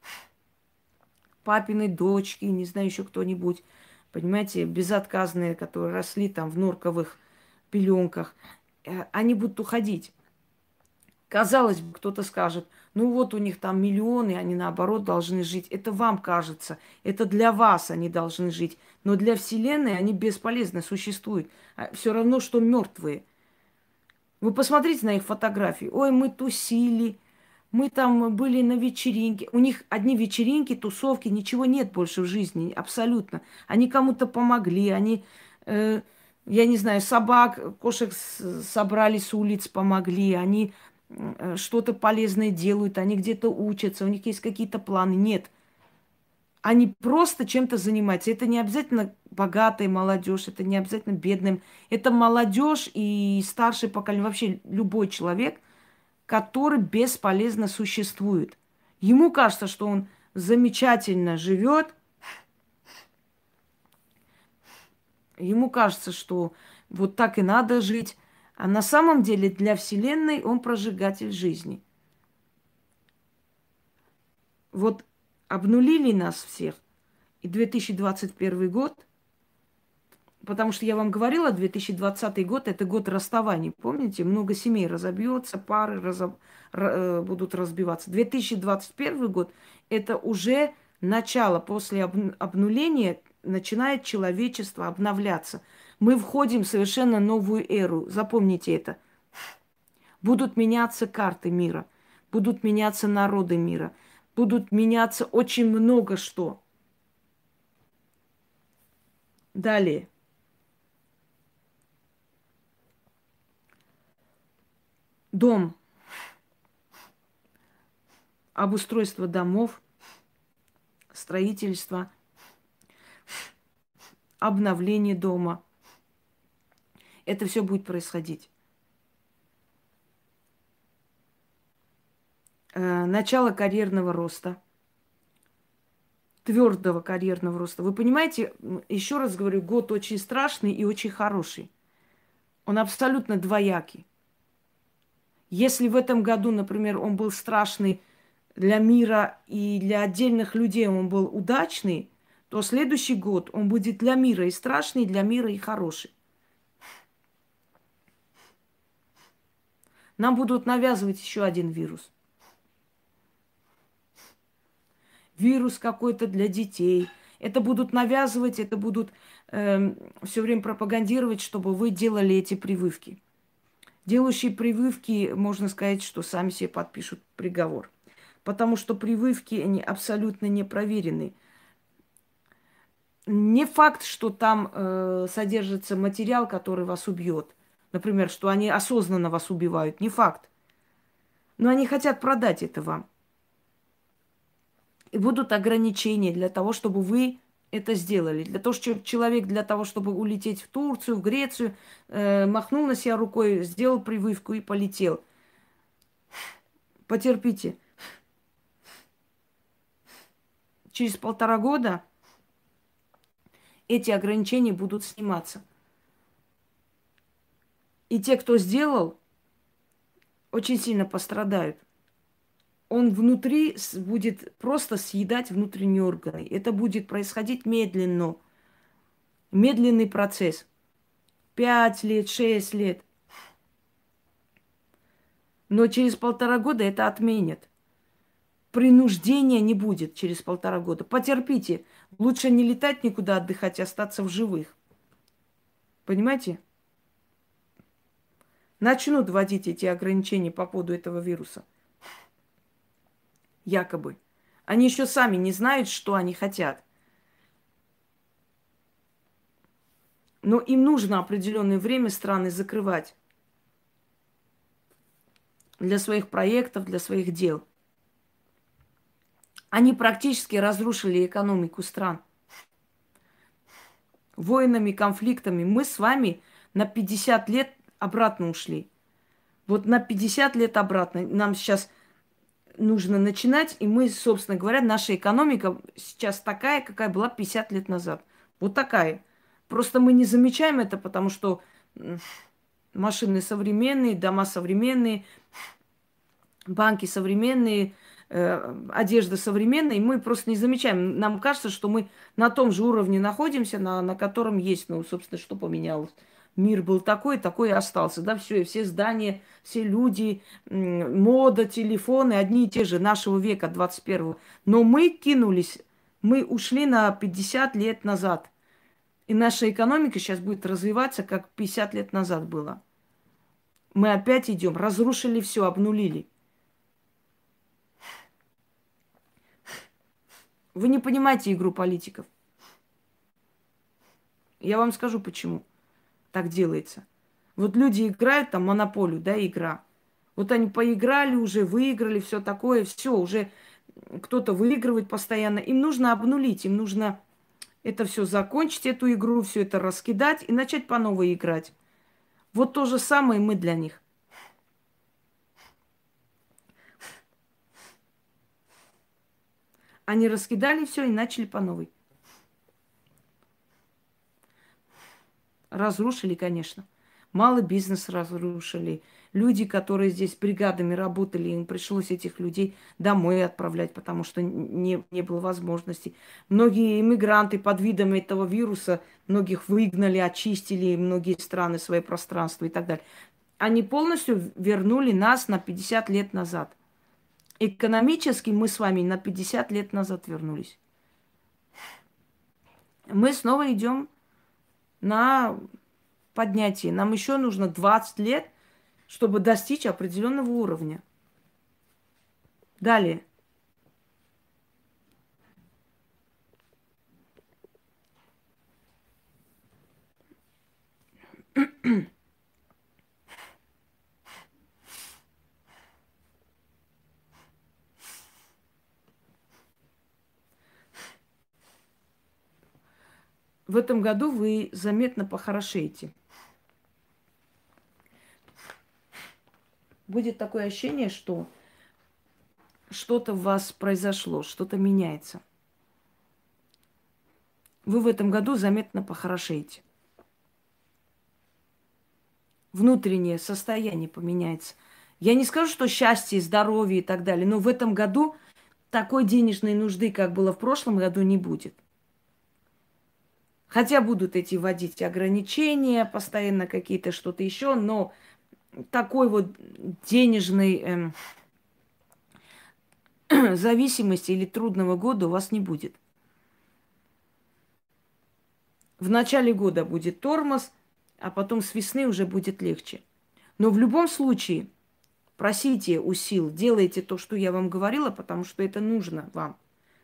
папины дочки, не знаю, еще кто-нибудь, понимаете, безотказные, которые росли там в норковых пеленках, э, они будут уходить. Казалось бы, кто-то скажет, ну вот у них там миллионы, они наоборот должны жить. Это вам кажется, это для вас они должны жить. Но для Вселенной они бесполезно существуют. Все равно, что мертвые. Вы посмотрите на их фотографии. Ой, мы тусили, мы там были на вечеринке. У них одни вечеринки, тусовки, ничего нет больше в жизни, абсолютно. Они кому-то помогли, они, э, я не знаю, собак, кошек собрали с улиц, помогли, они что-то полезное делают, они где-то учатся, у них есть какие-то планы. Нет. а не просто чем-то заниматься. Это не обязательно богатая молодежь, это не обязательно бедным. Это молодежь и старшее поколение, вообще любой человек, который бесполезно существует. Ему кажется, что он замечательно живет, ему кажется, что вот так и надо жить, а на самом деле для Вселенной он прожигатель жизни. Вот обнулили нас всех. И две тысячи двадцать первый год, потому что я вам говорила, две тысячи двадцатый год – это год расставаний. Помните, много семей разобьется, пары разоб... р- будут разбиваться. две тысячи двадцать первый год – это уже начало, после об... обнуления начинает человечество обновляться. Мы входим в совершенно новую эру. Запомните это. Будут меняться карты мира, будут меняться народы мира, будут меняться очень много что. Далее. Дом. Обустройство домов, строительство, обновление дома. Это все будет происходить. Э, начало карьерного роста, твердого карьерного роста. Вы понимаете, еще раз говорю, год очень страшный и очень хороший. Он абсолютно двоякий. Если в этом году, например, он был страшный для мира и для отдельных людей, он был удачный, то следующий год он будет для мира и страшный, и для мира и хороший. Нам будут навязывать еще один вирус. Вирус какой-то для детей. Это будут навязывать, это будут э, все время пропагандировать, чтобы вы делали эти прививки. Делающие прививки, можно сказать, что сами себе подпишут приговор. Потому что прививки, они абсолютно не проверены. Не факт, что там э, содержится материал, который вас убьет. Например, что они осознанно вас убивают. Не факт. Но они хотят продать это вам. И будут ограничения для того, чтобы вы это сделали. Для того, чтобы человек, для того, чтобы улететь в Турцию, в Грецию, э, махнул на себя рукой, сделал прививку и полетел. Потерпите. Через полтора года эти ограничения будут сниматься. И те, кто сделал, очень сильно пострадают. Он внутри будет просто съедать внутренние органы. Это будет происходить медленно. Медленный процесс. Пять лет, шесть лет. Но через полтора года это отменят. Принуждения не будет через полтора года. Потерпите. Лучше не летать никуда отдыхать, а остаться в живых. Понимаете? Начнут вводить эти ограничения по поводу этого вируса. Якобы. Они еще сами не знают, что они хотят. Но им нужно определенное время страны закрывать. Для своих проектов, для своих дел. Они практически разрушили экономику стран. Войнами, конфликтами. Мы с вами на пятьдесят лет обратно ушли. Вот на пятьдесят лет обратно. Нам сейчас нужно начинать, и мы, собственно говоря, наша экономика сейчас такая, какая была пятьдесят лет назад. Вот такая. Просто мы не замечаем это, потому что машины современные, дома современные, банки современные, э, одежда современная, и мы просто не замечаем. Нам кажется, что мы на том же уровне находимся, на, на котором есть, ну, собственно, что поменялось. Мир был такой, такой и остался, да, все, и все здания, все люди, мода, телефоны, одни и те же нашего века, двадцать первого. Но мы кинулись, мы ушли на пятьдесят лет назад. И наша экономика сейчас будет развиваться, как пятьдесят лет назад было. Мы опять идем, разрушили все, обнулили. Вы не понимаете игру политиков. Я вам скажу, почему так делается. Вот люди играют там монополию, да, игра. Вот они поиграли уже, выиграли, все такое, все, уже кто-то выигрывает постоянно. Им нужно обнулить, им нужно это все закончить, эту игру, все это раскидать и начать по новой играть. Вот то же самое мы для них. Они раскидали все и начали по новой. Разрушили, конечно. Малый бизнес разрушили. Люди, которые здесь бригадами работали, им пришлось этих людей домой отправлять, потому что не, не было возможности. Многие иммигранты под видом этого вируса, многих выгнали, очистили, многие страны, свои пространства и так далее. Они полностью вернули нас на пятьдесят лет назад. Экономически мы с вами на пятьдесят лет назад вернулись. Мы снова идем на поднятие. Нам еще нужно двадцать лет, чтобы достичь определенного уровня. Далее. В этом году вы заметно похорошеете. Будет такое ощущение, что что-то в вас произошло, что-то меняется. Вы в этом году заметно похорошеете. Внутреннее состояние поменяется. Я не скажу, что счастье, здоровье и так далее, но в этом году такой денежной нужды, как было в прошлом году, не будет. Хотя будут эти вводить ограничения, постоянно какие-то что-то еще, но такой вот денежной эм, зависимости или трудного года у вас не будет. В начале года будет тормоз, а потом с весны уже будет легче. Но в любом случае просите у сил, делайте то, что я вам говорила, потому что это нужно вам.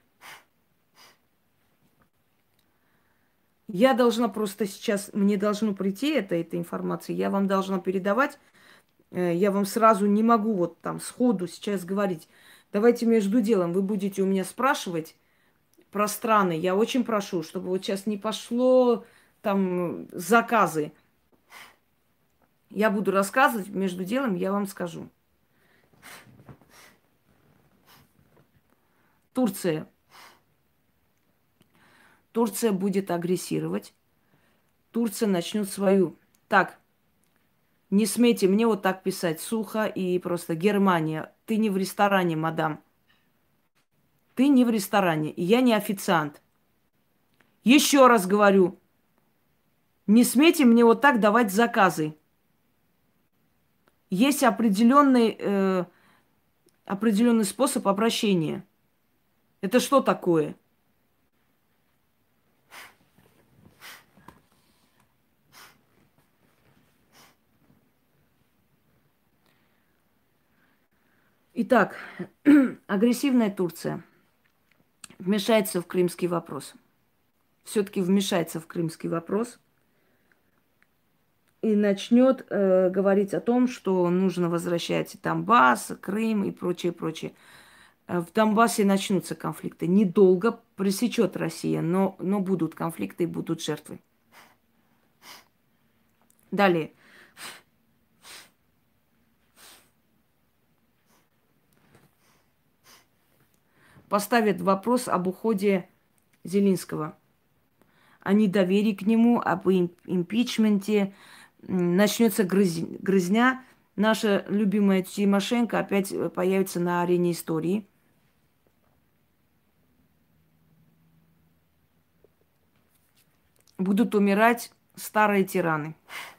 Я должна просто сейчас, мне должно прийти это, эта информация, я вам должна передавать. Я вам сразу не могу вот там сходу сейчас говорить. Давайте между делом вы будете у меня спрашивать про страны. Я очень прошу, чтобы вот сейчас не пошло там заказы. Я буду рассказывать, между делом я вам скажу. Турция. Турция будет агрессировать. Турция начнет свою. Так, не смейте мне вот так писать сухо и просто Германия. Ты не в ресторане, мадам. Ты не в ресторане, и я не официант. Еще раз говорю, не смейте мне вот так давать заказы. Есть определенный, э, определенный способ обращения. Это что такое? Итак, агрессивная Турция вмешается в крымский вопрос. Все-таки вмешается в крымский вопрос и начнет э, говорить о том, что нужно возвращать Донбасс, Крым и прочее, прочее. В Донбассе начнутся конфликты. Недолго пресечет Россия, но, но будут конфликты и будут жертвы. Далее. Поставят вопрос об уходе Зеленского, о недоверии к нему, об импичменте. Начнется грыз... грызня. Наша любимая Тимошенко опять появится на арене истории. Будут умирать старые тираны.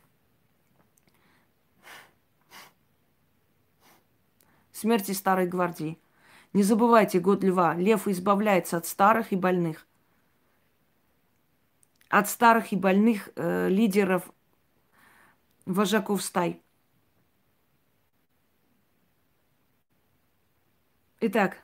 Смерти старой гвардии. Не забывайте, год льва. Лев избавляется от старых и больных. От старых и больных э, лидеров, вожаков стай. Итак,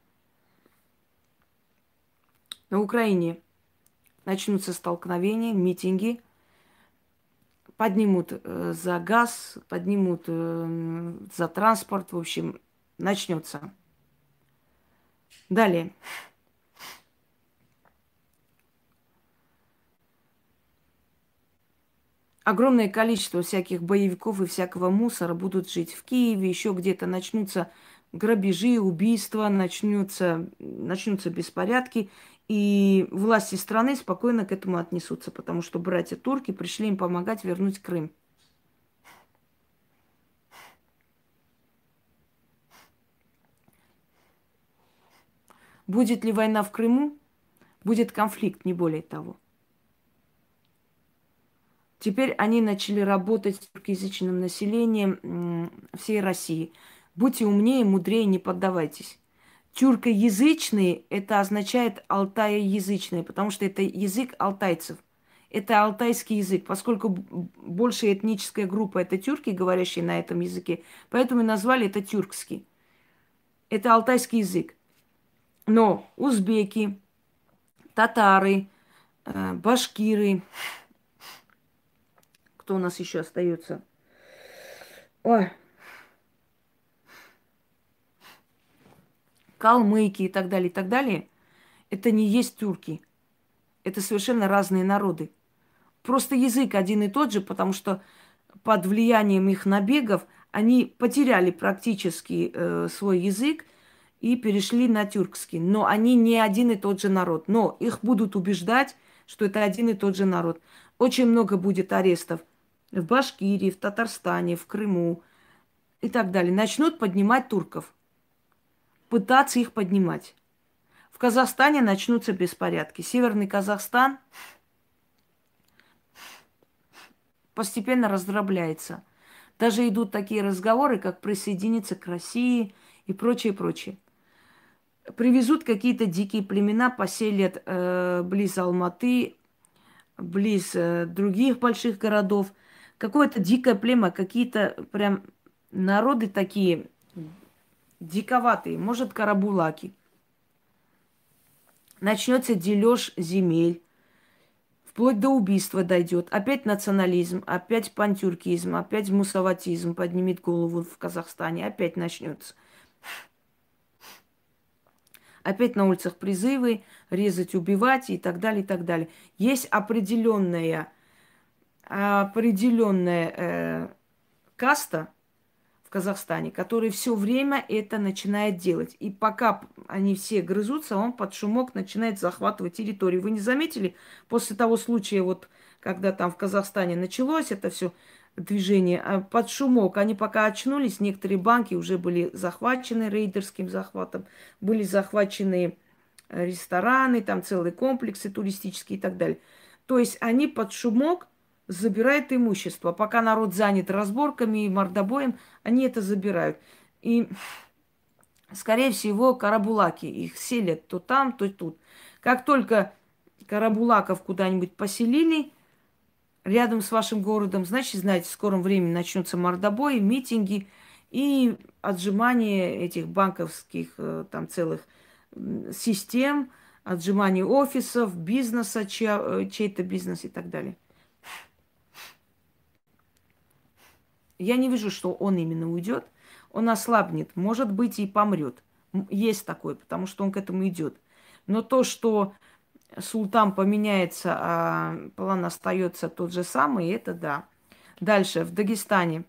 на Украине начнутся столкновения, митинги. Поднимут э, за газ, поднимут э, за транспорт. В общем, начнется. Далее. Огромное количество всяких боевиков и всякого мусора будут жить в Киеве, еще где-то начнутся грабежи, убийства, начнутся, начнутся беспорядки, и власти страны спокойно к этому отнесутся, потому что братья-турки пришли им помогать вернуть Крым. Будет ли война в Крыму? Будет конфликт, не более того. Теперь они начали работать с тюркоязычным населением всей России. Будьте умнее, мудрее, не поддавайтесь. Тюркоязычные – это означает алтаеязычные, потому что это язык алтайцев. Это алтайский язык, поскольку большая этническая группа – это тюрки, говорящие на этом языке, поэтому и назвали это тюркский. Это алтайский язык. Но узбеки, татары, э, башкиры, кто у нас еще остается? Ой. Калмыки и так далее, и так далее, это не есть тюрки. Это совершенно разные народы. Просто язык один и тот же, потому что под влиянием их набегов они потеряли практически э, свой язык и перешли на тюркский. Но они не один и тот же народ. Но их будут убеждать, что это один и тот же народ. Очень много будет арестов в Башкирии, в Татарстане, в Крыму и так далее. Начнут поднимать турков, пытаться их поднимать. В Казахстане начнутся беспорядки. Северный Казахстан постепенно раздробляется. Даже идут такие разговоры, как присоединиться к России и прочее, прочее. Привезут какие-то дикие племена, поселят э, близ Алматы, близ э, других больших городов. Какое-то дикое племя, какие-то прям народы такие диковатые, может, карабулаки. Начнется дележ земель, вплоть до убийства дойдет. Опять национализм, опять пантюркизм, опять мусаватизм поднимет голову в Казахстане, опять начнется. Опять на улицах призывы резать, убивать и так далее, и так далее. Есть определенная, определенная э, каста в Казахстане, который все время это начинает делать. И пока они все грызутся, он под шумок начинает захватывать территорию. Вы не заметили, после того случая, вот когда там в Казахстане началось это все движение, а под шумок они пока очнулись, некоторые банки уже были захвачены рейдерским захватом, были захвачены рестораны, там целые комплексы туристические и так далее. То есть они под шумок забирают имущество. Пока народ занят разборками и мордобоем, они это забирают. И, скорее всего, карабулаки их селят то там, то тут. Как только карабулаков куда-нибудь поселили рядом с вашим городом, значит, знаете, в скором времени начнутся мордобои, митинги и отжимание этих банковских э, там целых систем, отжимание офисов, бизнеса, чья, э, чей-то бизнес и так далее. Я не вижу, что он именно уйдет. Он ослабнет, может быть, и помрет. Есть такое, потому что он к этому идет. Но то, что султан поменяется, а план остается тот же самый, это да. Дальше, в Дагестане.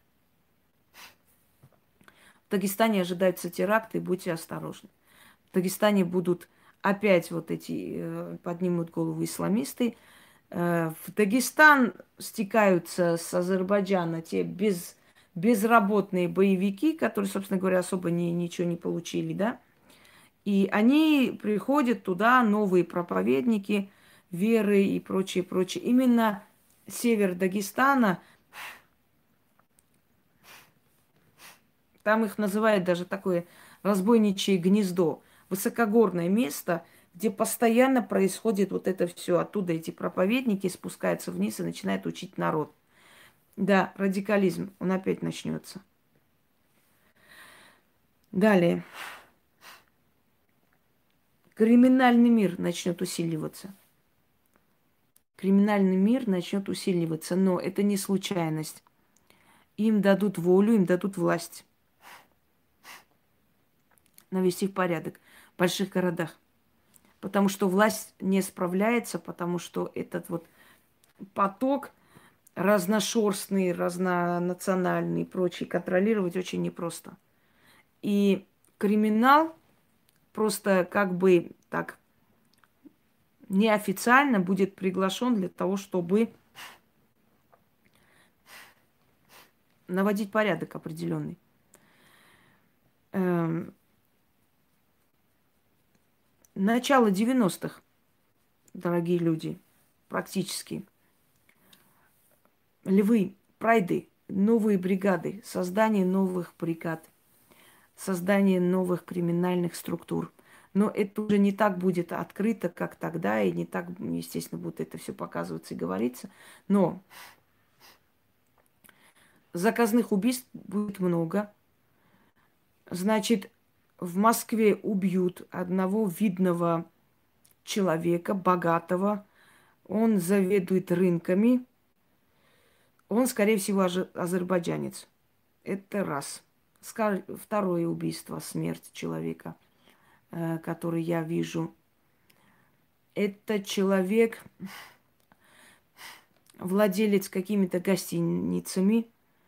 В Дагестане ожидаются теракты, будьте осторожны. В Дагестане будут опять вот эти, поднимут голову исламисты. В Дагестан стекаются с Азербайджана те без, безработные боевики, которые, собственно говоря, особо ни, ничего не получили, да. И они приходят туда, новые проповедники веры и прочее, прочее. Именно север Дагестана, там их называют даже такое разбойничье гнездо, высокогорное место, где постоянно происходит вот это все. Оттуда эти проповедники спускаются вниз и начинают учить народ. Да, радикализм, он опять начнется. Далее. Криминальный мир начнет усиливаться. Криминальный мир начнет усиливаться, но это не случайность. Им дадут волю, им дадут власть навести в порядок. больших городах. Потому что власть не справляется, потому что этот вот поток разношерстный, разнонациональный и прочий контролировать очень непросто. И криминал просто как бы так неофициально будет приглашен для того, чтобы наводить порядок определенный. Эм, Начало девяностых, дорогие люди, практически. Львы, прайды, новые бригады, создание новых бригад, создание новых криминальных структур. Но это уже не так будет открыто, как тогда, и не так, естественно, будет это все показываться и говориться. Но заказных убийств будет много. Значит, в Москве убьют одного видного человека, богатого. Он заведует рынками. Он, скорее всего, аж- азербайджанец. Это раз. Ска- Второе убийство, смерть человека, э, который я вижу. Это человек, владелец какими-то гостиницами.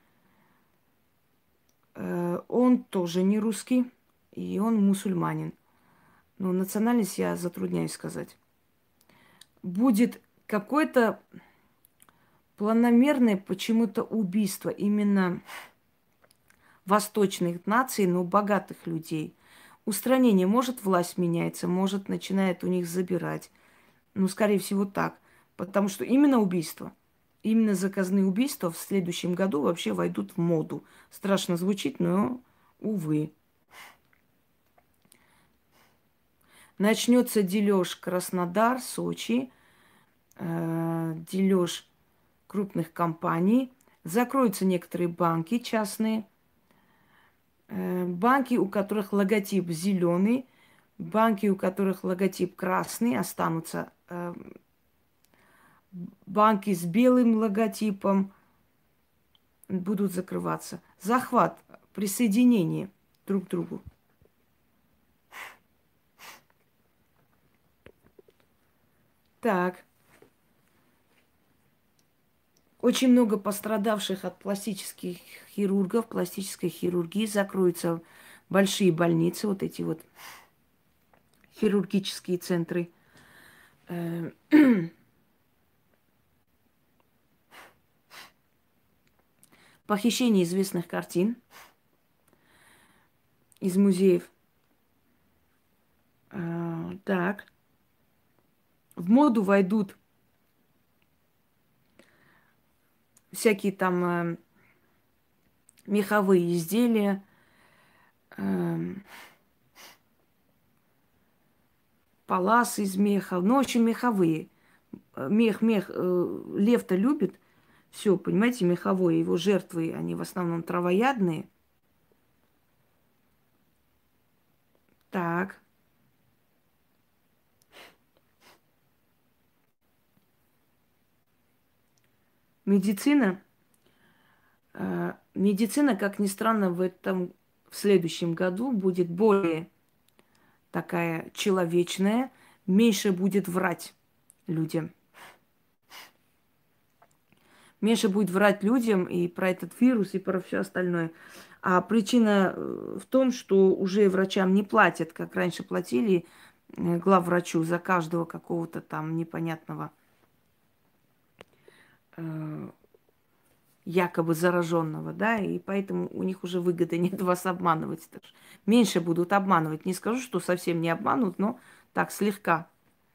Э, Он тоже не русский, и он мусульманин. Но национальность я затрудняюсь сказать. Будет какое-то планомерное почему-то убийство именно восточных наций, но богатых людей. Устранение. Может, власть меняется, может, начинает у них забирать. Ну, скорее всего, так. Потому что именно убийства, именно заказные убийства в следующем году вообще войдут в моду. Страшно звучит, но, увы. Начнется дележ Краснодар, Сочи, э, дележ крупных компаний. Закроются некоторые банки частные. Э, банки, у которых логотип зеленый, банки, у которых логотип красный, останутся. Э, банки с белым логотипом будут закрываться. Захват, присоединение друг к другу. Так. Очень много пострадавших от пластических хирургов, пластической хирургии. Закроются большие больницы, вот эти вот хирургические центры. Э, Похищение известных картин из музеев. Э, Так. В моду войдут всякие там э, меховые изделия, э, паласы из меха, ну, в общем, меховые. Э, Мех, мех, э, лев-то любит все, понимаете, меховое. Его жертвы, они в основном травоядные. Так. Медицина. э, Медицина, как ни странно, в этом, в следующем году будет более такая человечная, меньше будет врать людям. Меньше будет врать людям и про этот вирус, и про все остальное. А причина э, в том, что уже врачам не платят, как раньше платили э, главврачу за каждого какого-то там непонятного э, якобы зараженного, да, и поэтому у них уже выгоды нет вас обманывать. Так что меньше будут обманывать. Не скажу, что совсем не обманут, но так слегка.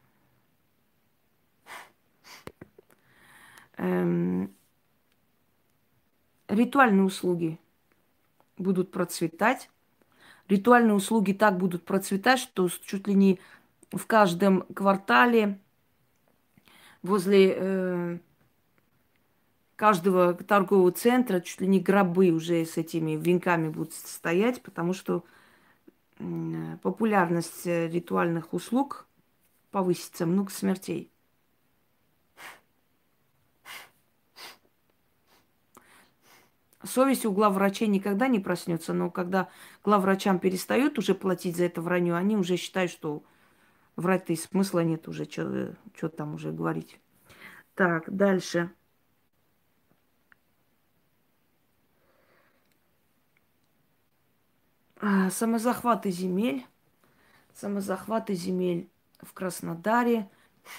Эм, Ритуальные услуги будут процветать. Ритуальные услуги так будут процветать, что чуть ли не в каждом квартале возле э, каждого торгового центра чуть ли не гробы уже с этими венками будут стоять, потому что м, популярность э, ритуальных услуг повысится, много смертей. Совесть у главврачей никогда не проснется, но когда главврачам перестают уже платить за это вранье, они уже считают, что врать-то и смысла нет уже, что там уже говорить. Так, дальше. А, самозахваты земель. Самозахваты земель в Краснодаре.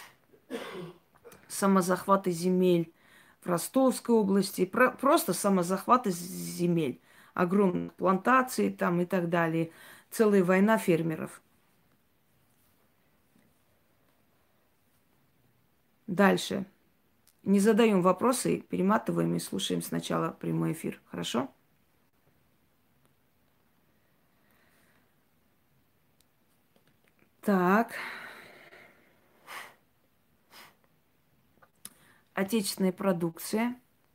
Самозахваты земель в Ростовской области. Про- просто самозахваты земель. Огромные плантации там и так далее. Целая война фермеров. Дальше. Не задаем вопросы, перематываем и слушаем сначала прямой эфир. Хорошо? Так. Отечественная продукция.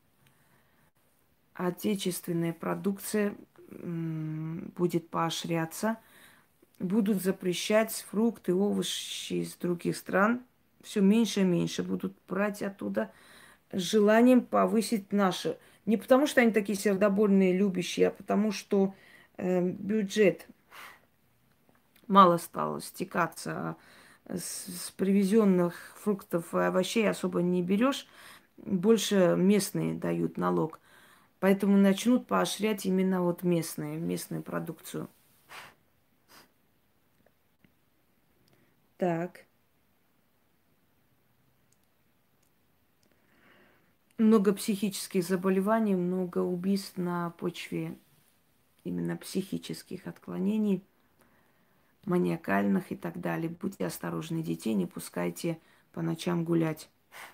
Отечественная продукция м, будет поощряться. Будут запрещать фрукты, овощи из других стран. Все меньше и меньше будут брать оттуда с желанием повысить наши. Не потому, что они такие сердобольные, любящие, а потому, что э, бюджет мало стало стекаться. а С, с привезенных фруктов и овощей особо не берешь. Больше местные дают налог. Поэтому начнут поощрять именно вот местные, местную продукцию. Так. Много психических заболеваний, много убийств на почве именно психических отклонений, маниакальных и так далее. Будьте осторожны, детей не пускайте по ночам гулять.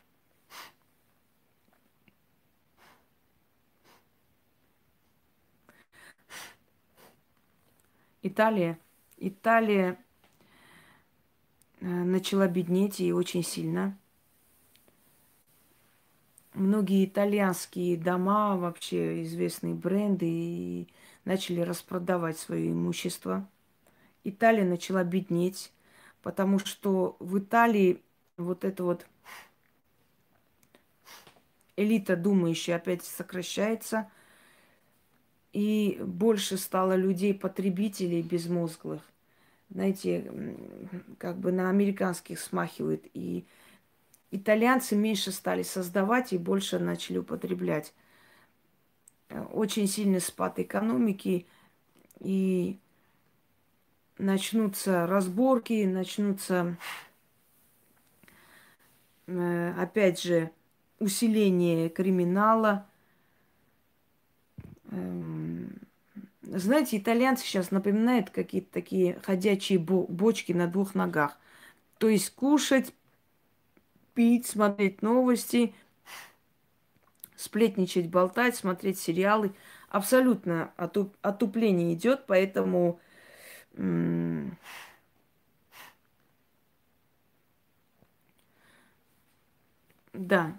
Италия. Италия э, начала беднеть и очень сильно. Многие итальянские дома, вообще известные бренды, и начали распродавать свое имущество. Италия начала беднеть, потому что в Италии вот эта вот элита думающая опять сокращается, и больше стало людей-потребителей безмозглых. Знаете, м, как бы на американских смахивает. И итальянцы меньше стали создавать и больше начали употреблять. Э, Очень сильный спад экономики, и начнутся разборки, начнутся, э, опять же, усиление криминала. Эм, Знаете, итальянцы сейчас напоминают какие-то такие ходячие бо- бочки на двух ногах. То есть кушать, пить, смотреть новости, сплетничать, болтать, смотреть сериалы. Абсолютно отуп- отупление идет, поэтому м, да,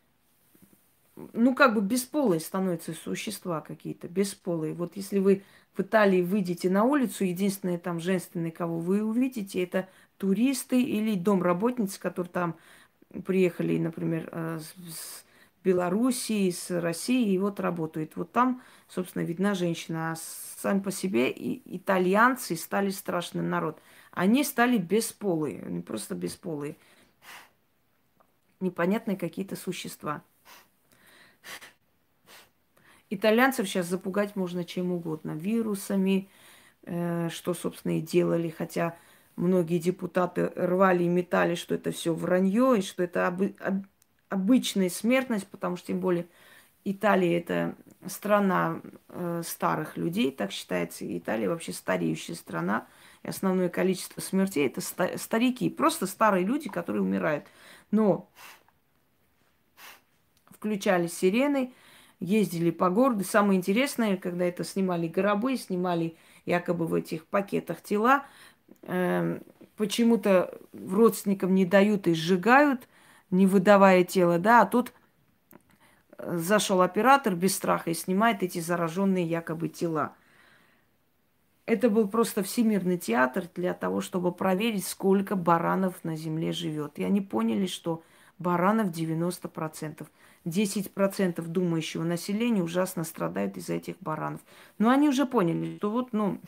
ну как бы бесполые становятся существа какие-то, бесполые. Вот если вы в Италии выйдете на улицу, единственное там женственное, кого вы увидите, это туристы или домработницы, которые там приехали, например, э, с с Белоруссии, с России, и вот работают. Вот там, собственно, видна женщина. А сами по себе и итальянцы стали страшный народ. Они стали бесполые, они просто бесполые. Непонятные какие-то существа. Итальянцев сейчас запугать можно чем угодно. Вирусами, э, что, собственно, и делали. Хотя многие депутаты рвали и метали, что это все вранье, и что это обы- об- обычная смертность, потому что, тем более, Италия это страна э, старых людей, так считается. Италия вообще стареющая страна. И основное количество смертей это ста- старики, просто старые люди, которые умирают. Но включали сирены, ездили по городу. Самое интересное, когда это снимали гробы, снимали якобы в этих пакетах тела, э, почему-то родственникам не дают и сжигают, не выдавая тело, да, а тут зашел оператор без страха и снимает эти зараженные якобы тела. Это был просто всемирный театр для того, чтобы проверить, сколько баранов на земле живет. И они поняли, что баранов девяносто процентов. десять процентов думающего населения ужасно страдают из-за этих баранов. Но они уже поняли, что вот, ну,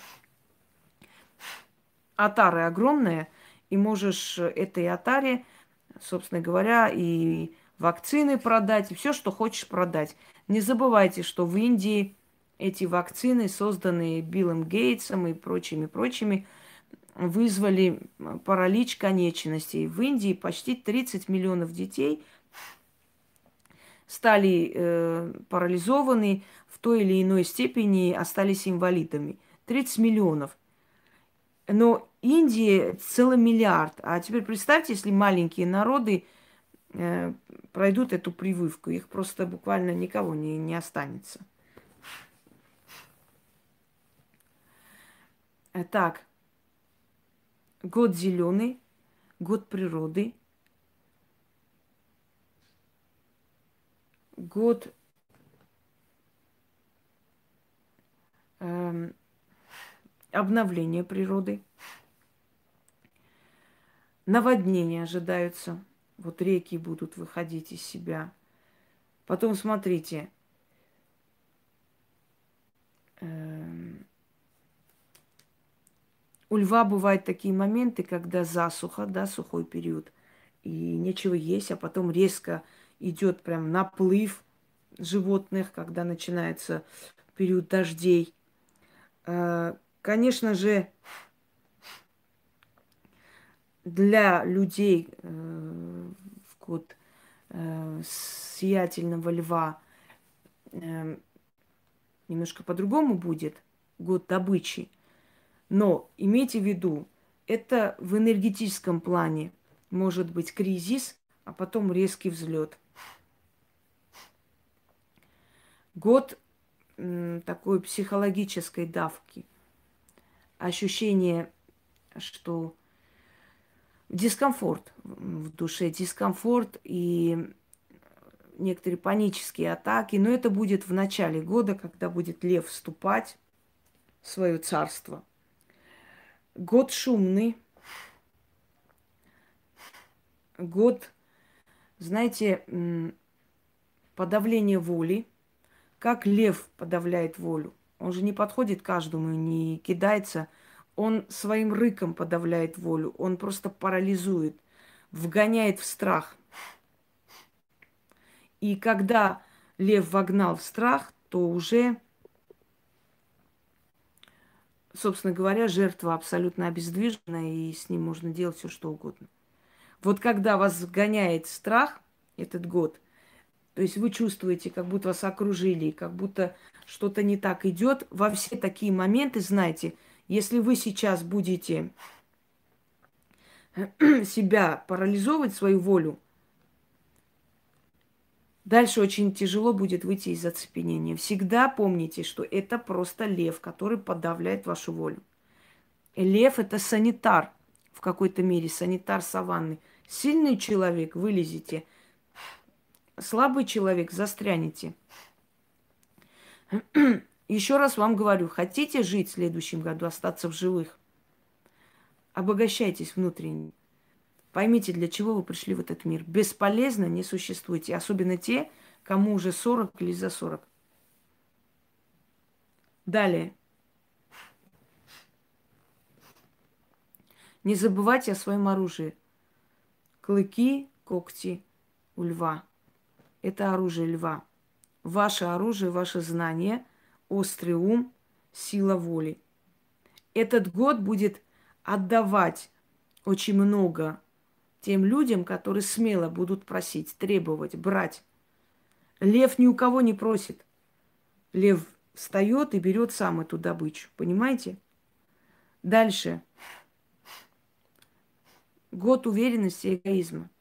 отара огромная, и можешь этой отаре, собственно говоря, и вакцины продать, и все, что хочешь продать. Не забывайте, что в Индии эти вакцины, созданные Биллом Гейтсом и прочими-прочими, вызвали паралич конечностей. В Индии почти тридцать миллионов детей стали э, парализованы, в той или иной степени остались инвалидами. тридцать миллионов. Но Индия целый миллиард. А теперь представьте, если маленькие народы э, пройдут эту прививку, их просто буквально никого не, не останется. Так, год зеленый, год природы, год эм, обновления природы. Наводнения ожидаются. Вот реки будут выходить из себя. Потом смотрите. Эм, у льва бывают такие моменты, когда засуха, да, сухой период, и нечего есть, а потом резко идет прям наплыв животных, когда начинается период дождей. Э, конечно же, для людей э, в год э, сиятельного льва э, немножко по-другому будет, год добычи. Но имейте в виду, это в энергетическом плане может быть кризис, а потом резкий взлет. Год м, такой психологической давки. Ощущение, что дискомфорт в душе, дискомфорт и некоторые панические атаки. Но это будет в начале года, когда будет лев вступать в свое царство. Год шумный. Год, знаете, подавление воли. Как лев подавляет волю. Он же не подходит каждому, не кидается. Он своим рыком подавляет волю. Он просто парализует, вгоняет в страх. И когда лев вогнал в страх, то уже, собственно говоря, жертва абсолютно обездвижена, и с ним можно делать все, что угодно. Вот когда вас гоняет страх, этот год, то есть вы чувствуете, как будто вас окружили, как будто что-то не так идет, во все такие моменты, знаете, если вы сейчас будете себя парализовывать, свою волю, дальше очень тяжело будет выйти из оцепенения. Всегда помните, что это просто лев, который подавляет вашу волю. И лев – это санитар в какой-то мере, санитар саванны. Сильный человек – вылезете, слабый человек – застрянете. Еще раз вам говорю, хотите жить в следующем году, остаться в живых, обогащайтесь внутренне. Поймите, для чего вы пришли в этот мир. Бесполезно не существуйте, особенно те, кому уже сорок или за сорок. Далее. Не забывайте о своем оружии. Клыки, когти у льва. Это оружие льва. Ваше оружие, ваше знание, острый ум, сила воли. Этот год будет отдавать очень много тем людям, которые смело будут просить, требовать, брать. Лев ни у кого не просит. Лев встает и берет сам эту добычу. Понимаете? Дальше. Год уверенности и эгоизма.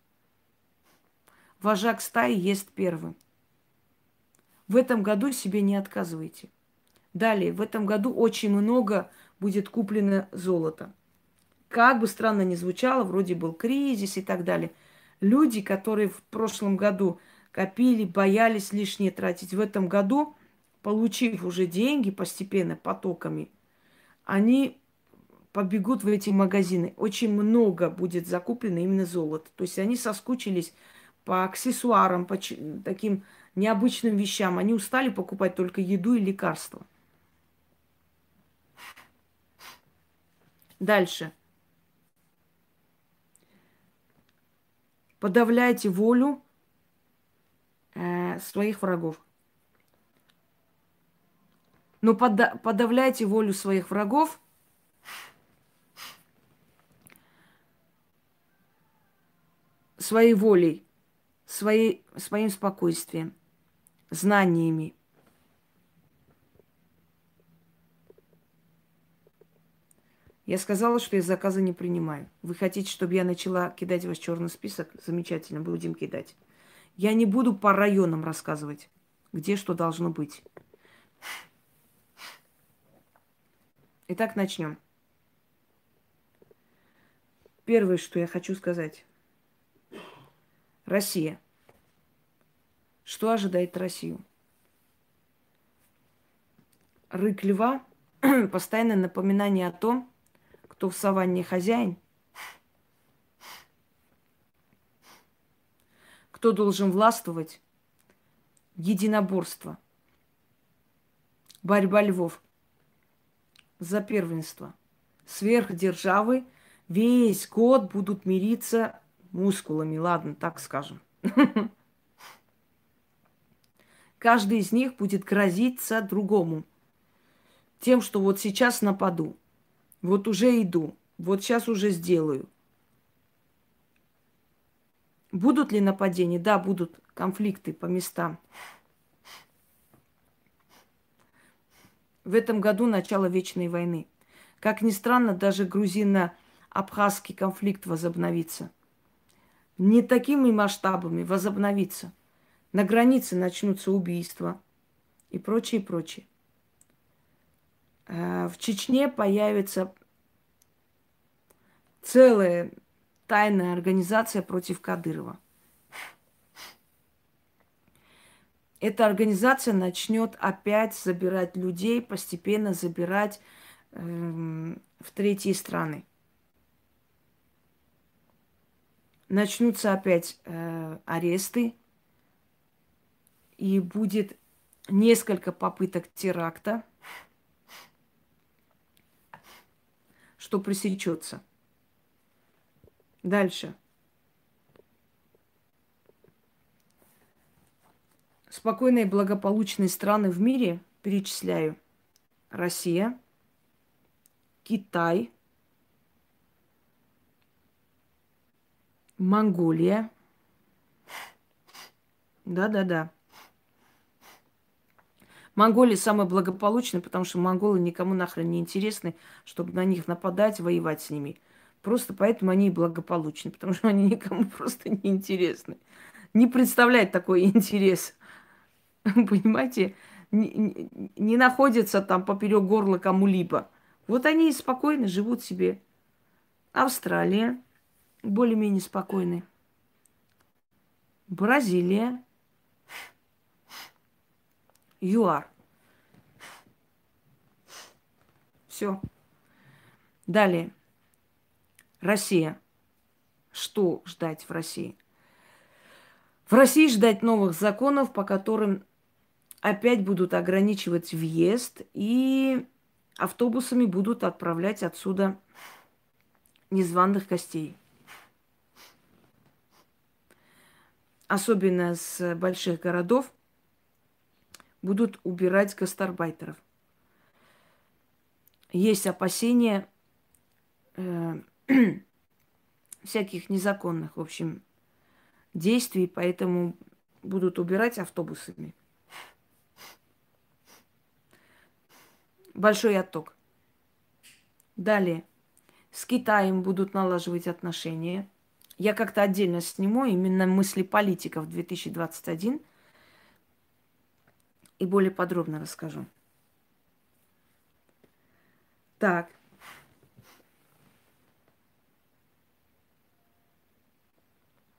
Вожак стаи ест первым. В этом году себе не отказывайте. Далее, в этом году очень много будет куплено золота. Как бы странно ни звучало, вроде был кризис и так далее. Люди, которые в прошлом году копили, боялись лишнее тратить, в этом году, получив уже деньги постепенно, потоками, они побегут в эти магазины. Очень много будет закуплено именно золота. То есть они соскучились по аксессуарам, по ч- таким необычным вещам. Они устали покупать только еду и лекарства. Дальше. Подавляйте волю э, своих врагов. Но пода- подавляйте волю своих врагов своей волей, своей, своим спокойствием, знаниями. Я сказала, что я заказы не принимаю. Вы хотите, чтобы я начала кидать вас в черный список? Замечательно, будем кидать. Я не буду по районам рассказывать, где что должно быть. Итак, начнем. Первое, что я хочу сказать. Россия. Что ожидает Россию? Рык льва, постоянное напоминание о том, кто в саванне хозяин, кто должен властвовать, единоборство, борьба львов за первенство. Сверхдержавы весь год будут мириться мускулами, ладно, так скажем. Каждый из них будет грозиться другому. Тем, что вот сейчас нападу, вот уже иду, вот сейчас уже сделаю. Будут ли нападения? Да, будут конфликты по местам. В этом году начало Вечной войны. Как ни странно, даже грузино-абхазский конфликт возобновится. Не такими масштабами возобновится. На границе начнутся убийства и прочее, прочее. В Чечне появится целая тайная организация против Кадырова. Эта организация начнет опять забирать людей, постепенно забирать э, в третьи страны. Начнутся опять э, аресты, и будет несколько попыток теракта, что пресечется. Дальше. Спокойные и благополучные страны в мире, перечисляю: Россия, Китай, Монголия. Да-да-да. Монголия самая благополучная, потому что монголы никому нахрен не интересны, чтобы на них нападать, воевать с ними. Просто поэтому они и благополучны, потому что они никому просто не интересны. Не представляет такой интерес. Понимаете? Не, не, не находятся там поперек горла кому-либо. Вот они и спокойно живут себе. Австралия более-менее спокойны. Бразилия, ЮАР. Все. Далее. Россия. Что ждать в России? В России ждать новых законов, по которым опять будут ограничивать въезд, и автобусами будут отправлять отсюда незваных гостей. Особенно с больших городов будут убирать гастарбайтеров. Есть опасения э, всяких незаконных, в общем, действий, поэтому будут убирать автобусами. Большой отток. Далее. С Китаем будут налаживать отношения. Я как-то отдельно сниму именно мысли политиков две тысячи двадцать один и более подробно расскажу. Так.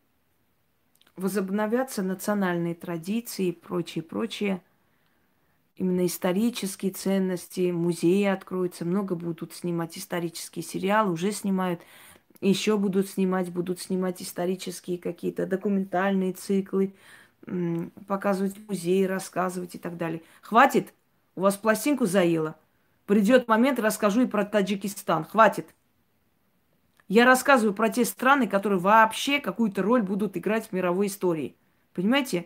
Возобновятся национальные традиции и прочее, прочее. именно исторические ценности, музеи откроются, много будут снимать исторические сериалы, уже снимают, еще будут снимать, будут снимать исторические какие-то документальные циклы, м, показывать музеи, рассказывать и так далее. Хватит? У вас пластинку заело? Придет момент, расскажу и про Таджикистан. Хватит. Я рассказываю про те страны, которые вообще какую-то роль будут играть в мировой истории. Понимаете?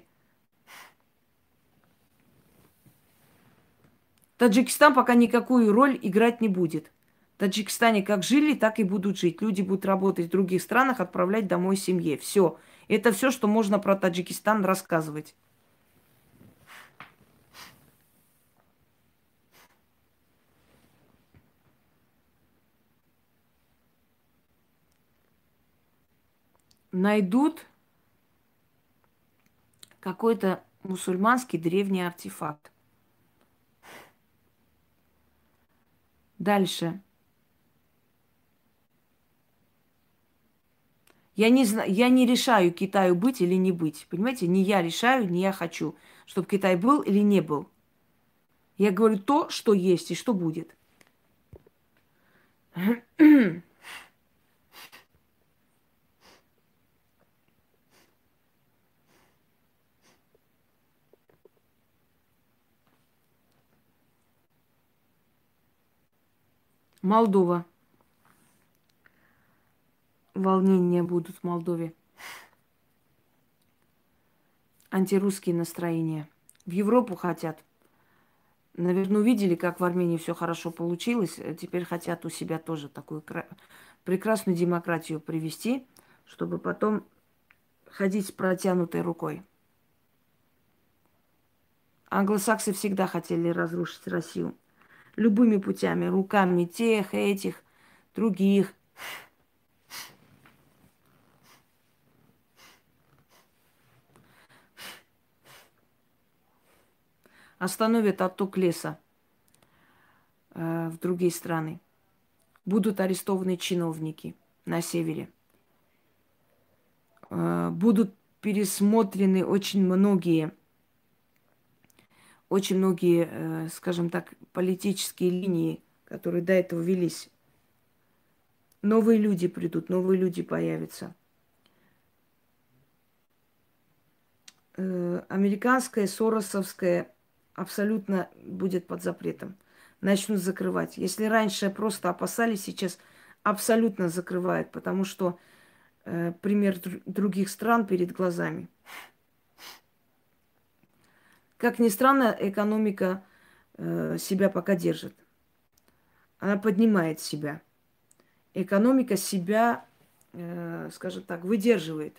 Таджикистан пока никакую роль играть не будет. В Таджикистане как жили, так и будут жить. Люди будут работать в других странах, отправлять домой семье. Все. Это все, что можно про Таджикистан рассказывать. Найдут какой-то мусульманский древний артефакт. Дальше. Я не знаю, я не решаю Китаю быть или не быть. Понимаете, не я решаю, не я хочу, чтобы Китай был или не был. Я говорю то, что есть и что будет. Молдова. Волнения будут в Молдове. Антирусские настроения. В Европу хотят. Наверное, увидели, как в Армении все хорошо получилось. Теперь хотят у себя тоже такую кра- прекрасную демократию привести, чтобы потом ходить с протянутой рукой. Англосаксы всегда хотели разрушить Россию. Любыми путями, руками тех, этих, других. Остановят отток леса э, в другие страны. Будут арестованы чиновники на севере. Э, будут пересмотрены очень многие, очень многие, э, скажем так, политические линии, которые до этого велись. Новые люди придут, новые люди появятся. Э, американская, соросовская абсолютно будет под запретом. Начнут закрывать. Если раньше просто опасались, сейчас абсолютно закрывают, потому что э, пример др- других стран перед глазами. Как ни странно, экономика э, себя пока держит. Она поднимает себя. Экономика себя, э, скажем так, выдерживает.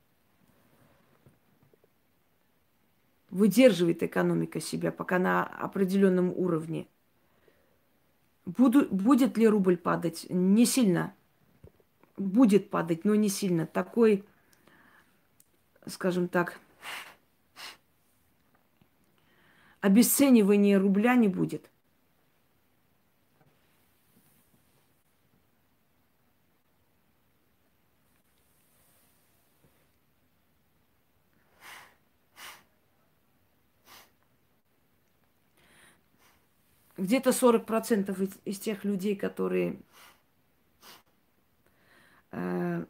Выдерживает экономика себя пока на определенном уровне. Буду, будет ли рубль падать? Не сильно. Будет падать, но не сильно. Такой, скажем так, обесценивания рубля не будет. Где-то сорок процентов из, из тех людей, которые э,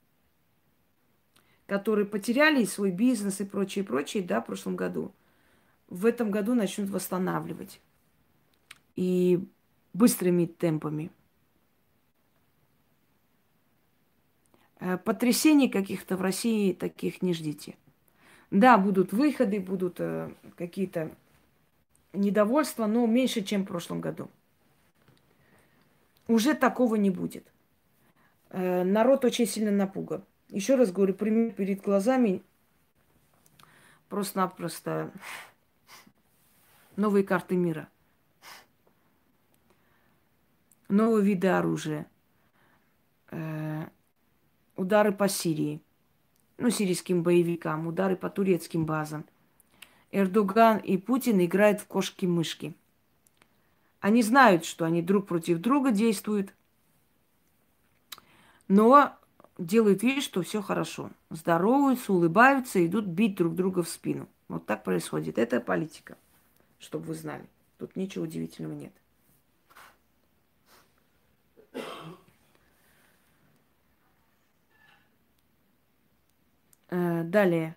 которые потеряли свой бизнес и прочее, прочее, да, в прошлом году, в этом году начнут восстанавливать. И быстрыми темпами. Э, Потрясений каких-то в России таких не ждите. Да, будут выходы, будут э, какие-то недовольства, но меньше, чем в прошлом году. Уже такого не будет. Э, народ очень сильно напуган. Еще раз говорю, пример перед глазами просто-напросто новые карты мира. Новые виды оружия. Э, удары по Сирии. Ну, сирийским боевикам, удары по турецким базам. Эрдоган и Путин играют в кошки-мышки. Они знают, что они друг против друга действуют, но делают вид, что все хорошо. Здороваются, улыбаются, идут бить друг друга в спину. Вот так происходит. Это политика. чтобы вы знали. Тут ничего удивительного нет. Э, Далее.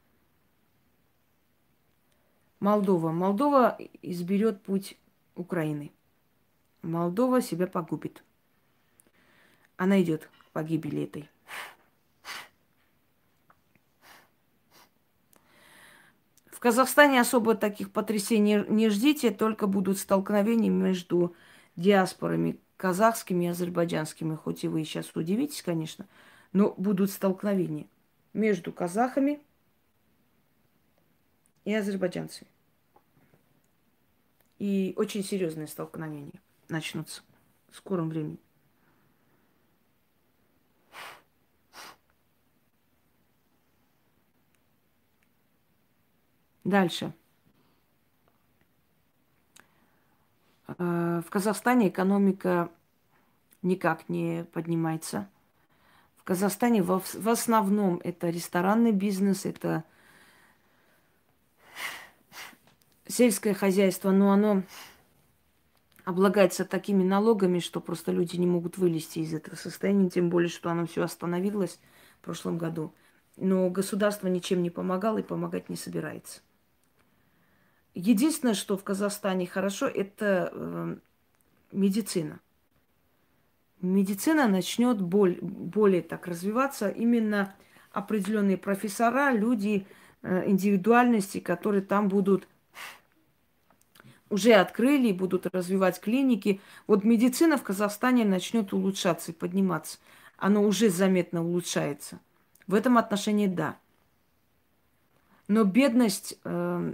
Молдова. Молдова изберет путь Украины. Молдова себя погубит. Она идет к погибели этой. В Казахстане особо таких потрясений не ждите, только будут столкновения между диаспорами казахскими и азербайджанскими. Хоть и вы сейчас удивитесь, конечно, но будут столкновения между казахами и азербайджанцами. И очень серьезные столкновения начнутся в скором времени. Дальше. В Казахстане экономика никак не поднимается. В Казахстане в, в основном это ресторанный бизнес, это сельское хозяйство, но оно облагается такими налогами, что просто люди не могут вылезти из этого состояния, тем более, что оно все остановилось в прошлом году. Но государство ничем не помогало и помогать не собирается. Единственное, что в Казахстане хорошо, это э, медицина. Медицина начнет боль, более так развиваться. Именно определенные профессора, люди, э, индивидуальности, которые там будут, уже открыли и будут развивать клиники. Вот медицина в Казахстане начнет улучшаться и подниматься. Оно уже заметно улучшается. В этом отношении да. Но бедность... Э,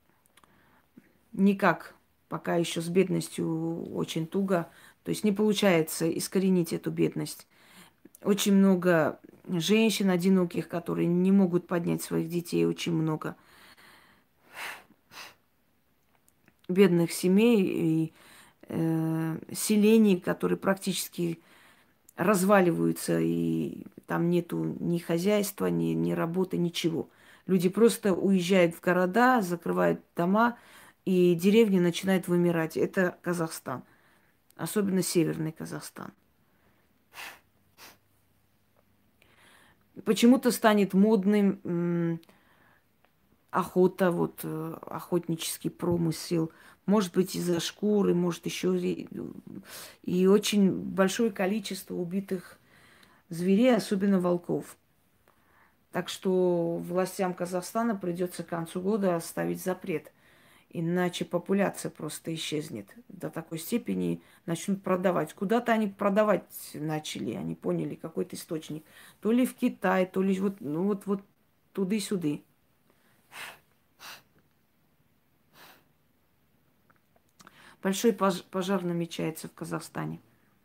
Никак. Пока еще с бедностью очень туго. То есть не получается искоренить эту бедность. Очень много женщин одиноких, которые не могут поднять своих детей. Очень много бедных семей и э, селений, которые практически разваливаются. И там нету ни хозяйства, ни, ни работы, ничего. Люди просто уезжают в города, закрывают дома, и деревни начинают вымирать. Это Казахстан. Особенно северный Казахстан. Почему-то станет модным м, охота, вот, э, охотнический промысел. Может быть, из-за шкуры, может, еще и, и очень большое количество убитых зверей, особенно волков. Так что властям Казахстана придется к концу года оставить запрет. Иначе популяция просто исчезнет. До такой степени начнут продавать. Куда-то они продавать начали, они поняли какой-то источник. То ли в Китай, то ли вот, ну вот, вот туды-сюды. Большой пожар намечается в Казахстане.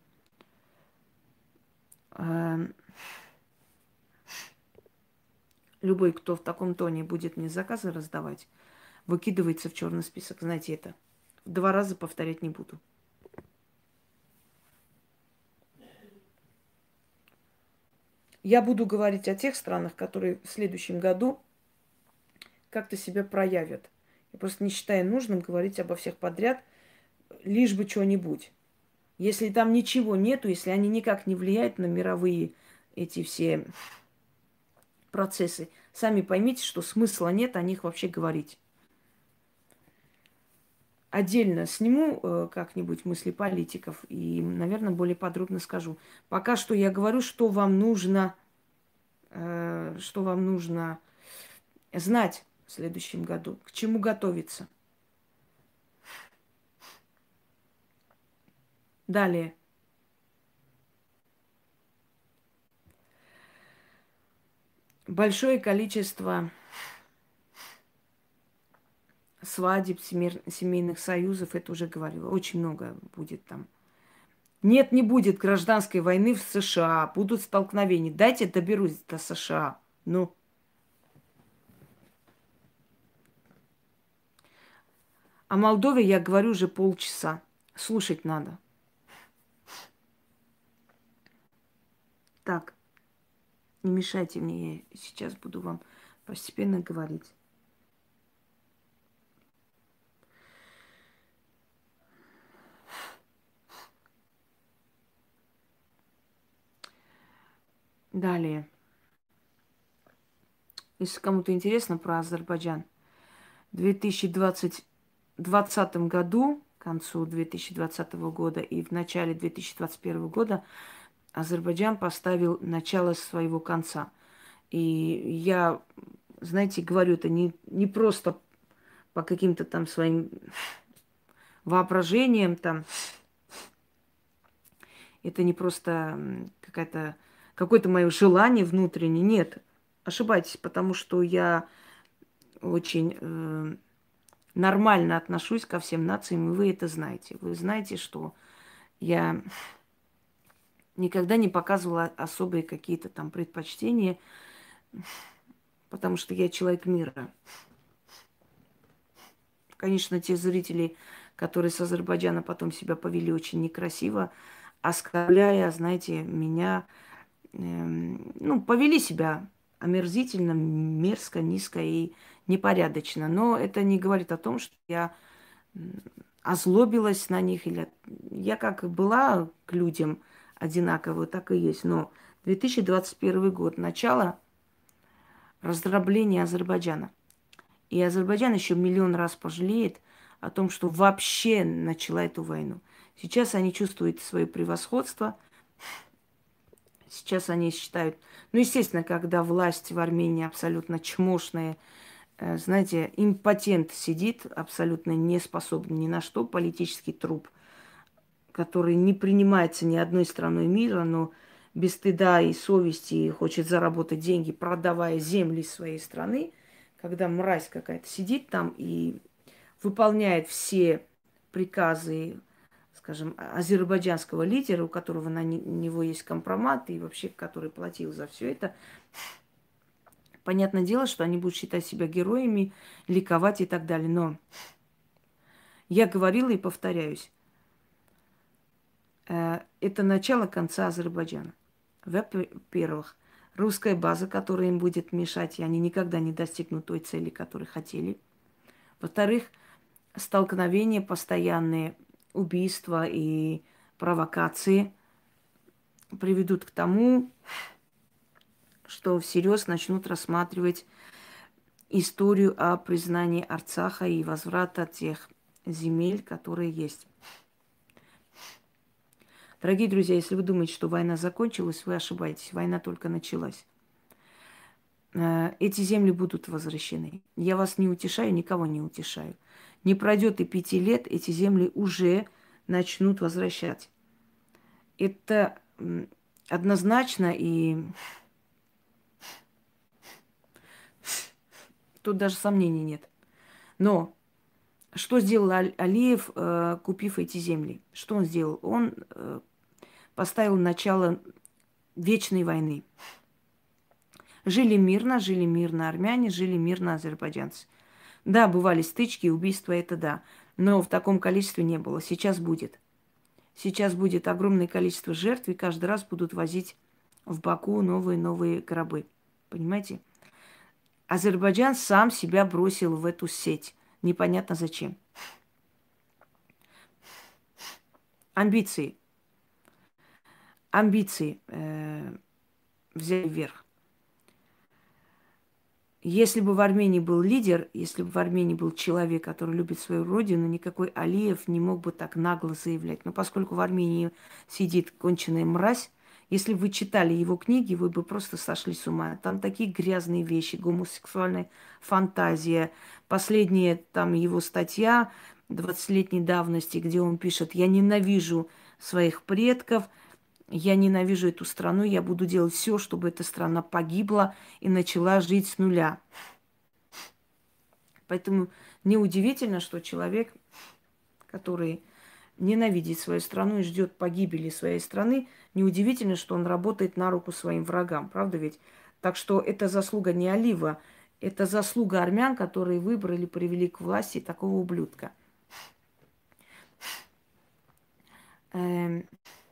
Любой, кто в таком тоне будет мне заказы раздавать, выкидывается в черный список. Знаете это. Два раза повторять не буду. Я буду говорить о тех странах, которые в следующем году как-то себя проявят. Я просто не считаю нужным говорить обо всех подряд, лишь бы что-нибудь. Если там ничего нету, если они никак не влияют на мировые эти все процессы, сами поймите, что смысла нет о них вообще говорить. Отдельно сниму э, как-нибудь мысли политиков и, наверное, более подробно скажу. Пока что я говорю, что вам нужно, э, что вам нужно знать в следующем году, к чему готовиться. Далее. Большое количество свадеб, семейных союзов, это уже говорила, очень много будет там. Нет, не будет гражданской войны в США, будут столкновения. Дайте доберусь до США. Ну. О Молдове я говорю уже полчаса. Слушать надо. Так, не мешайте мне, я сейчас буду вам постепенно говорить. Далее. Если кому-то интересно про Азербайджан. В две тысячи двадцатом году, к концу две тысячи двадцатого года и в начале две тысячи двадцать первого года Азербайджан поставил начало своего конца. И я, знаете, говорю это не, не просто по каким-то там своим воображениям, там, это не просто какая-то, какое-то мое желание внутреннее. Нет, ошибаетесь, потому что я очень э, нормально отношусь ко всем нациям, и вы это знаете. Вы знаете, что я никогда не показывала особые какие-то там предпочтения, потому что я человек мира. Конечно, те зрители, которые с Азербайджана потом себя повели очень некрасиво, оскорбляя, знаете, меня, эм, ну, повели себя омерзительно, мерзко, низко и непорядочно. Но это не говорит о том, что я м, озлобилась на них. Или... Я как была к людям одинаково, так и есть. Но две тысячи двадцать первый год, начало раздробления Азербайджана. И Азербайджан еще миллион раз пожалеет о том, что вообще начала эту войну. Сейчас они чувствуют свое превосходство. Сейчас они считают... Ну, естественно, когда власть в Армении абсолютно чмошная, э, знаете, импотент сидит, абсолютно не способный ни на что, политический труп, который не принимается ни одной страной мира, но без стыда и совести хочет заработать деньги, продавая земли своей страны, когда мразь какая-то сидит там и выполняет все приказы, скажем, азербайджанского лидера, у которого на него есть компромат, и вообще, который платил за все это, понятное дело, что они будут считать себя героями, ликовать и так далее. Но я говорила и повторяюсь, это начало конца Азербайджана. Во-первых, русская база, которая им будет мешать, и они никогда не достигнут той цели, которую хотели. Во-вторых, столкновения постоянные, убийства и провокации приведут к тому, что всерьез начнут рассматривать историю о признании Арцаха и возврата тех земель, которые есть. Дорогие друзья, если вы думаете, что война закончилась, вы ошибаетесь. Война только началась. Эти земли будут возвращены. Я вас не утешаю, никого не утешаю. Не пройдет и пяти лет, эти земли уже начнут возвращать. Это однозначно, и тут даже сомнений нет. Но что сделал Алиев, купив эти земли? Что он сделал? Он поставил начало вечной войны. Жили мирно, жили мирно армяне, жили мирно азербайджанцы. Да, бывали стычки, убийства, это да. Но в таком количестве не было. Сейчас будет. Сейчас будет огромное количество жертв, и каждый раз будут возить в Баку новые-новые гробы. Понимаете? Азербайджан сам себя бросил в эту сеть. Непонятно зачем. Амбиции. Амбиции э, взяли вверх. Если бы в Армении был лидер, если бы в Армении был человек, который любит свою родину, никакой Алиев не мог бы так нагло заявлять. Но поскольку в Армении сидит конченая мразь, если бы вы читали его книги, вы бы просто сошли с ума. Там такие грязные вещи, гомосексуальная фантазия. Последняя там его статья двадцатилетней давности, где он пишет: «Я ненавижу своих предков, я ненавижу эту страну, я буду делать все, чтобы эта страна погибла и начала жить с нуля». Поэтому неудивительно, что человек, который ненавидит свою страну и ждет погибели своей страны, неудивительно, что он работает на руку своим врагам. Правда ведь? Так что это заслуга не Алиева, это заслуга армян, которые выбрали, привели к власти такого ублюдка. Эм...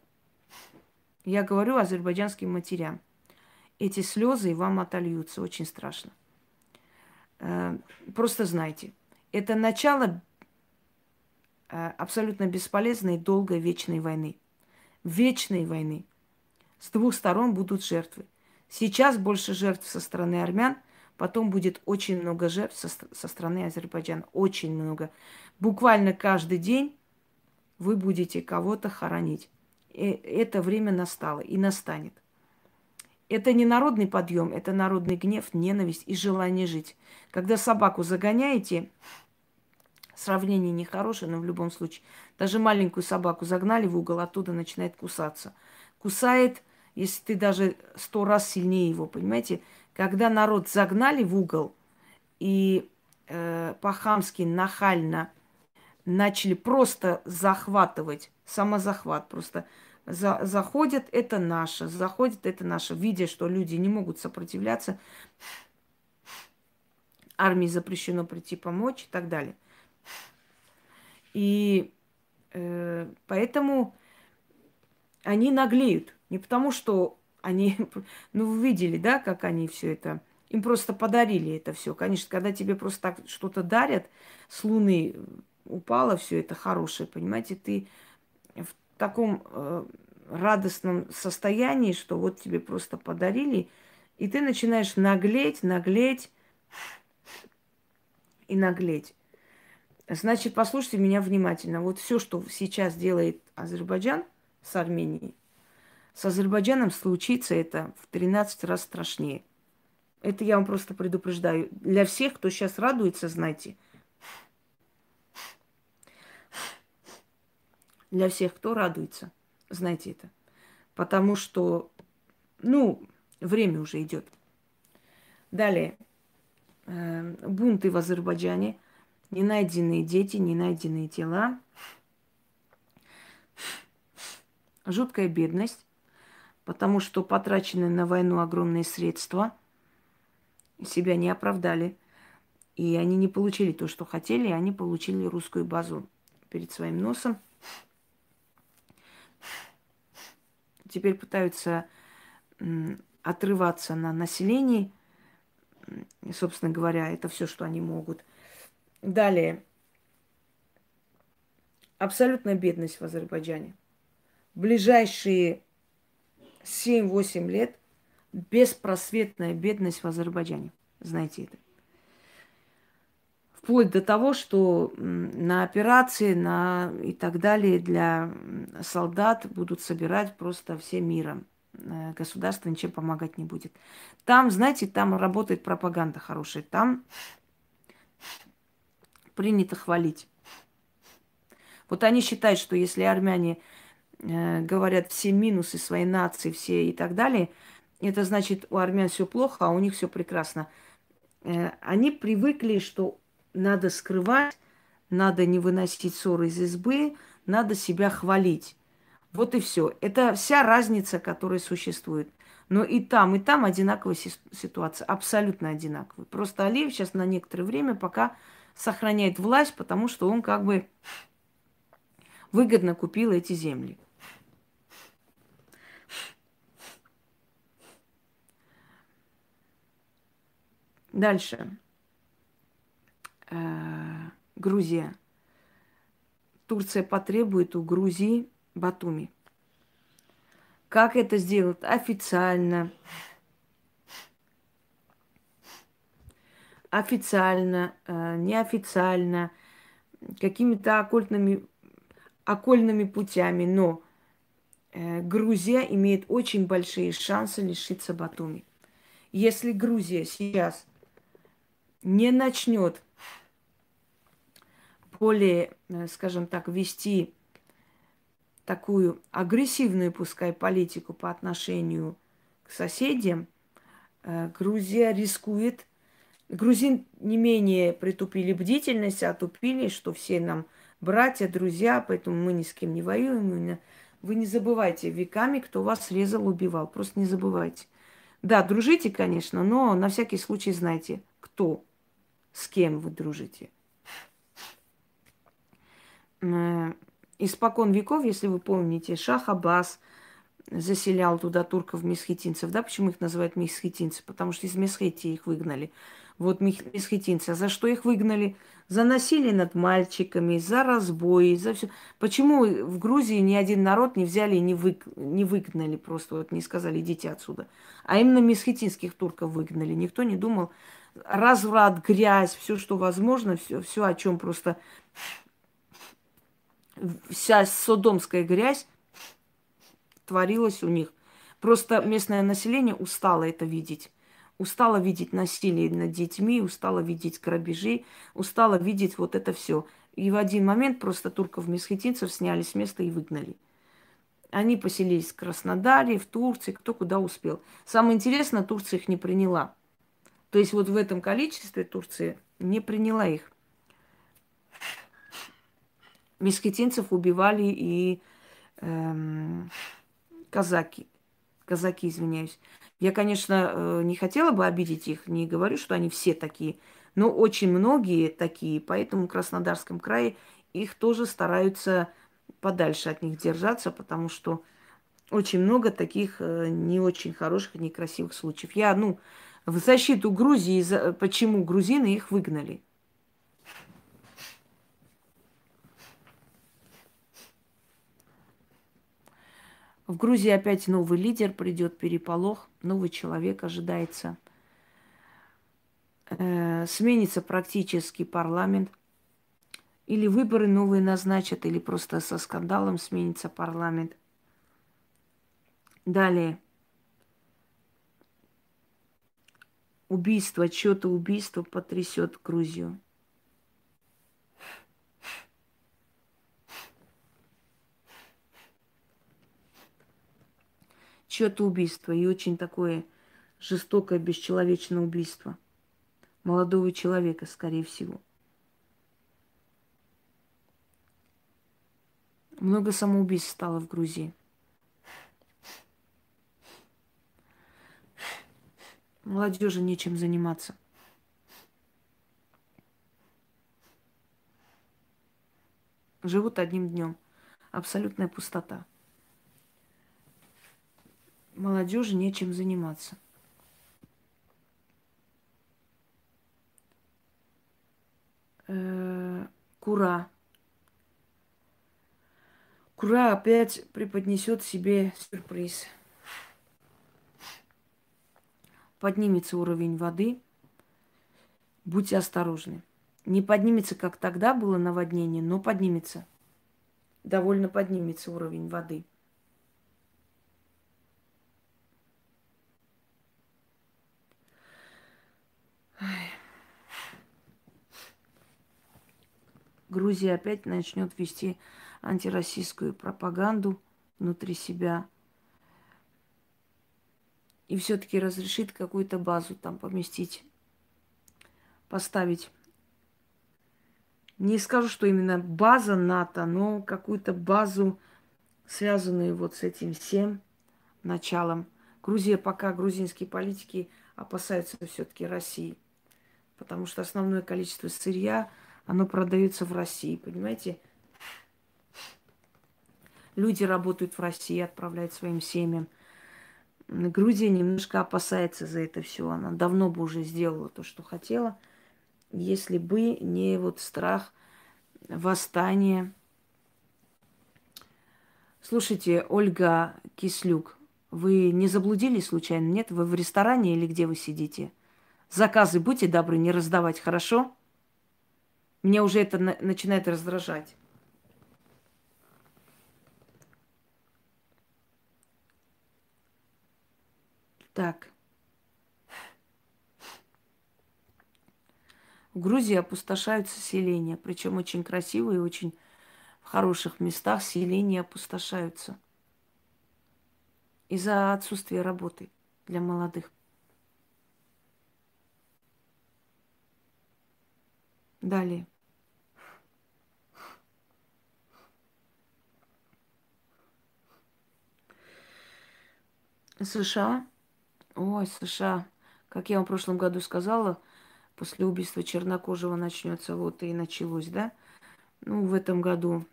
Я говорю азербайджанским матерям. Эти слезы вам отольются. Очень страшно. Просто знайте. Это начало абсолютно бесполезной, долгой, вечной войны. Вечной войны. С двух сторон будут жертвы. Сейчас больше жертв со стороны армян, потом будет очень много жертв со, со стороны Азербайджана. Очень много. Буквально каждый день вы будете кого-то хоронить. И это время настало и настанет. Это не народный подъем, это народный гнев, ненависть и желание жить. Когда собаку загоняете, сравнение нехорошее, но в любом случае, даже маленькую собаку загнали в угол, оттуда начинает кусаться. Кусает, если ты даже сто раз сильнее его, понимаете? Когда народ загнали в угол и э, по-хамски, нахально начали просто захватывать, самозахват просто. За, заходят, это наше, заходит, это наше. Видя, что люди не могут сопротивляться, армии запрещено прийти помочь и так далее. И э, поэтому они наглеют. Не потому, что они, ну, вы видели, да, как они все это, им просто подарили это все. Конечно, когда тебе просто так что-то дарят, с Луны упало все это хорошее, понимаете, ты в таком э, радостном состоянии, что вот тебе просто подарили, и ты начинаешь наглеть, наглеть и наглеть. Значит, послушайте меня внимательно. Вот все, что сейчас делает Азербайджан с Арменией, с Азербайджаном случится это в тринадцать раз страшнее. Это я вам просто предупреждаю. Для всех, кто сейчас радуется, знайте. Для всех, кто радуется, знайте это. Потому что, ну, время уже идет. Далее. Бунты в Азербайджане. Ненайденные дети, ненайденные тела. Жуткая бедность. Потому что потраченные на войну огромные средства себя не оправдали. И они не получили то, что хотели, они получили русскую базу перед своим носом. Теперь пытаются отрываться на населении. И, собственно говоря, это все, что они могут. Далее. Абсолютная бедность в Азербайджане. В ближайшие семь-восемь лет беспросветная бедность в Азербайджане. Знаете это. Вплоть до того, что на операции на и так далее для солдат будут собирать просто всем миром. Государство ничем помогать не будет. Там, знаете, там работает пропаганда хорошая. Там принято хвалить. Вот они считают, что если армяне э, говорят все минусы своей нации, все и так далее, это значит, у армян все плохо, а у них все прекрасно. Э, они привыкли, что надо скрывать, надо не выносить ссоры из избы, надо себя хвалить. Вот и все. Это вся разница, которая существует. Но и там, и там одинаковая ситуация, абсолютно одинаковая. Просто Алиев сейчас на некоторое время пока сохраняет власть, потому что он как бы выгодно купил эти земли. Дальше. Грузия. Турция потребует у Грузии Батуми. Как это сделать? Официально. Официально, неофициально, какими-то оккультными, окольными путями. Но Грузия имеет очень большие шансы лишиться Батуми. Если Грузия сейчас не начнет более, скажем так, вести такую агрессивную, пускай, политику по отношению к соседям, Грузия рискует. Грузин не менее притупили бдительность, отупили, что все нам братья, друзья, поэтому мы ни с кем не воюем. Вы не забывайте веками, кто вас резал, убивал. Просто не забывайте. Да, дружите, конечно, но на всякий случай знайте, кто, с кем вы дружите. Испокон веков, если вы помните, Шах Аббас заселял туда турков-месхетинцев. Да, почему их называют месхетинцы? Потому что из Месхетии их выгнали. Вот мех- месхетинцы. А за что их выгнали? За насилие над мальчиками, за разбои, за все. Почему в Грузии ни один народ не взяли и не, вы, не выгнали просто, вот не сказали, идите отсюда. А именно месхетинских турков выгнали. Никто не думал. Разврат, грязь, все, что возможно, все, все, о чем просто вся содомская грязь творилась у них. Просто местное население устало это видеть. Устало видеть насилие над детьми, устало видеть грабежи, устало видеть вот это все. И в один момент просто турков-месхетинцев сняли с места и выгнали. Они поселились в Краснодаре, в Турции, кто куда успел. Самое интересное, Турция их не приняла. То есть вот в этом количестве Турция не приняла их. Месхетинцев убивали и эм, казаки. Казаки, извиняюсь. Я, конечно, э, не хотела бы обидеть их, не говорю, что они все такие, но очень многие такие, поэтому в Краснодарском крае их тоже стараются подальше от них держаться, потому что очень много таких э, не очень хороших, некрасивых случаев. Я, ну, в защиту Грузии, за- почему грузины их выгнали. В Грузии опять новый лидер, придет переполох, новый человек ожидается. Э, сменится практически парламент. Или выборы новые назначат, или просто со скандалом сменится парламент. Далее. Убийство, что-то убийство потрясет Грузию. Что-то убийство. И очень такое жестокое, бесчеловечное убийство. Молодого человека, скорее всего. Много самоубийств стало в Грузии. Молодежи нечем заниматься. Живут одним днем. Абсолютная пустота. Молодежи нечем заниматься. Э, Кура. Кура опять преподнесет себе сюрприз. Поднимется уровень воды. Будьте осторожны. Не поднимется, как тогда было наводнение, но поднимется. Довольно поднимется уровень воды. Грузия опять начнет вести антироссийскую пропаганду внутри себя. И все-таки разрешит какую-то базу там поместить, поставить. Не скажу, что именно база НАТО, но какую-то базу, связанную вот с этим всем началом. Грузия пока, грузинские политики опасаются все-таки России, потому что основное количество сырья, оно продается в России, понимаете? Люди работают в России, отправляют своим семьям. Грузия немножко опасается за это все. Она давно бы уже сделала то, что хотела, если бы не вот страх восстания. Слушайте, Ольга Кислюк, вы не заблудились случайно? Нет? Вы в ресторане или где вы сидите? Заказы будьте добры не раздавать, хорошо? Меня уже это на- начинает раздражать. Так. В Грузии опустошаются селения, причем очень красивые, очень в хороших местах селения опустошаются из-за отсутствия работы для молодых. Далее. США. Ой, США. Как я вам в прошлом году сказала, после убийства чернокожего начнется, вот и началось, да? Ну, в этом году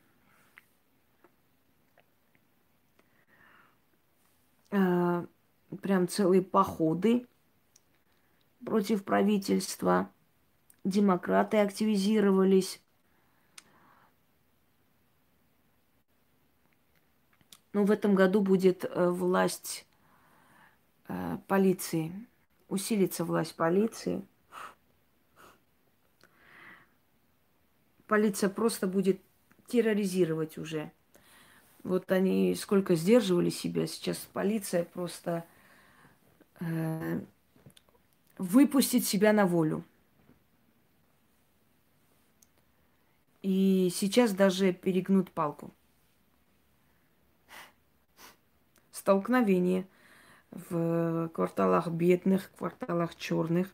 э, прям целые походы против правительства. Демократы активизировались. Но в этом году будет э, власть э, полиции. Усилится власть полиции. Полиция просто будет терроризировать уже. Вот они сколько сдерживали себя, сейчас полиция просто э, выпустит себя на волю. И сейчас даже перегнут палку. Столкновение в кварталах бедных, кварталах черных.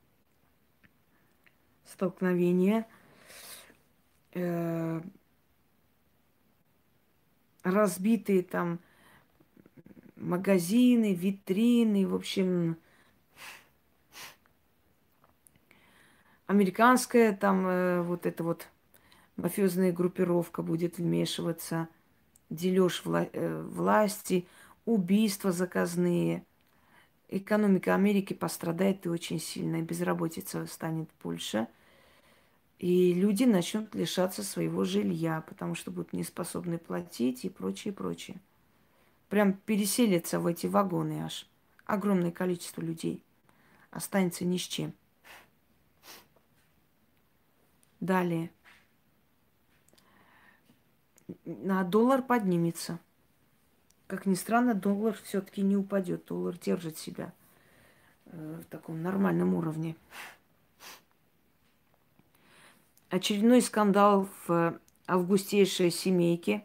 Столкновение. Э, разбитые там магазины, витрины, в общем, американская там э, вот эта вот мафиозная группировка будет вмешиваться, дележ вла- э, власти, убийства заказные. Экономика Америки пострадает и очень сильно, и безработица станет больше. И люди начнут лишаться своего жилья, потому что будут не способны платить и прочее, прочее. Прям переселятся в эти вагоны аж. Огромное количество людей останется ни с чем. Далее. На доллар поднимется. Как ни странно, доллар все-таки не упадет. Доллар держит себя э, в таком нормальном уровне. Очередной скандал в августейшей семейке.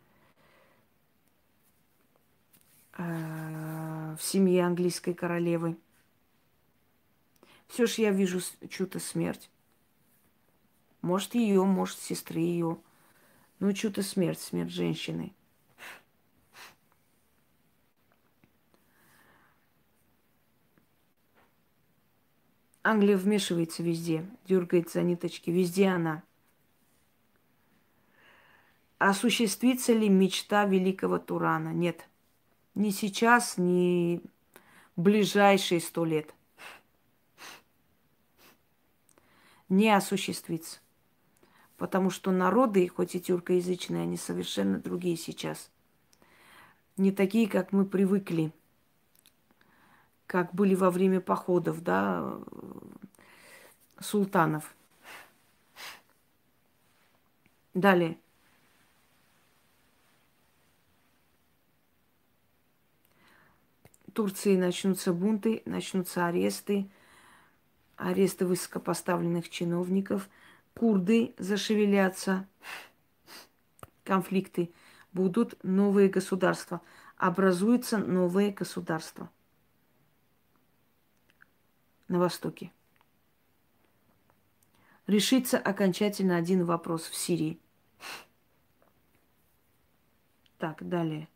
Э, в семье английской королевы. Все ж я вижу чью-то смерть. Может, ее, может, сестры ее. Ну, чью-то смерть, смерть женщины. Англия вмешивается везде, дергает за ниточки. Везде она. Осуществится ли мечта великого Турана? Нет. Ни сейчас, ни в ближайшие сто лет. Не осуществится. Потому что народы, хоть и тюркоязычные, они совершенно другие сейчас. Не такие, как мы привыкли. Как были во время походов, да, султанов. Далее. В Турции начнутся бунты, начнутся аресты, аресты высокопоставленных чиновников. Курды зашевелятся, конфликты. Будут новые государства. Образуются новые государства на Востоке. Решится окончательно один вопрос в Сирии. Так, далее.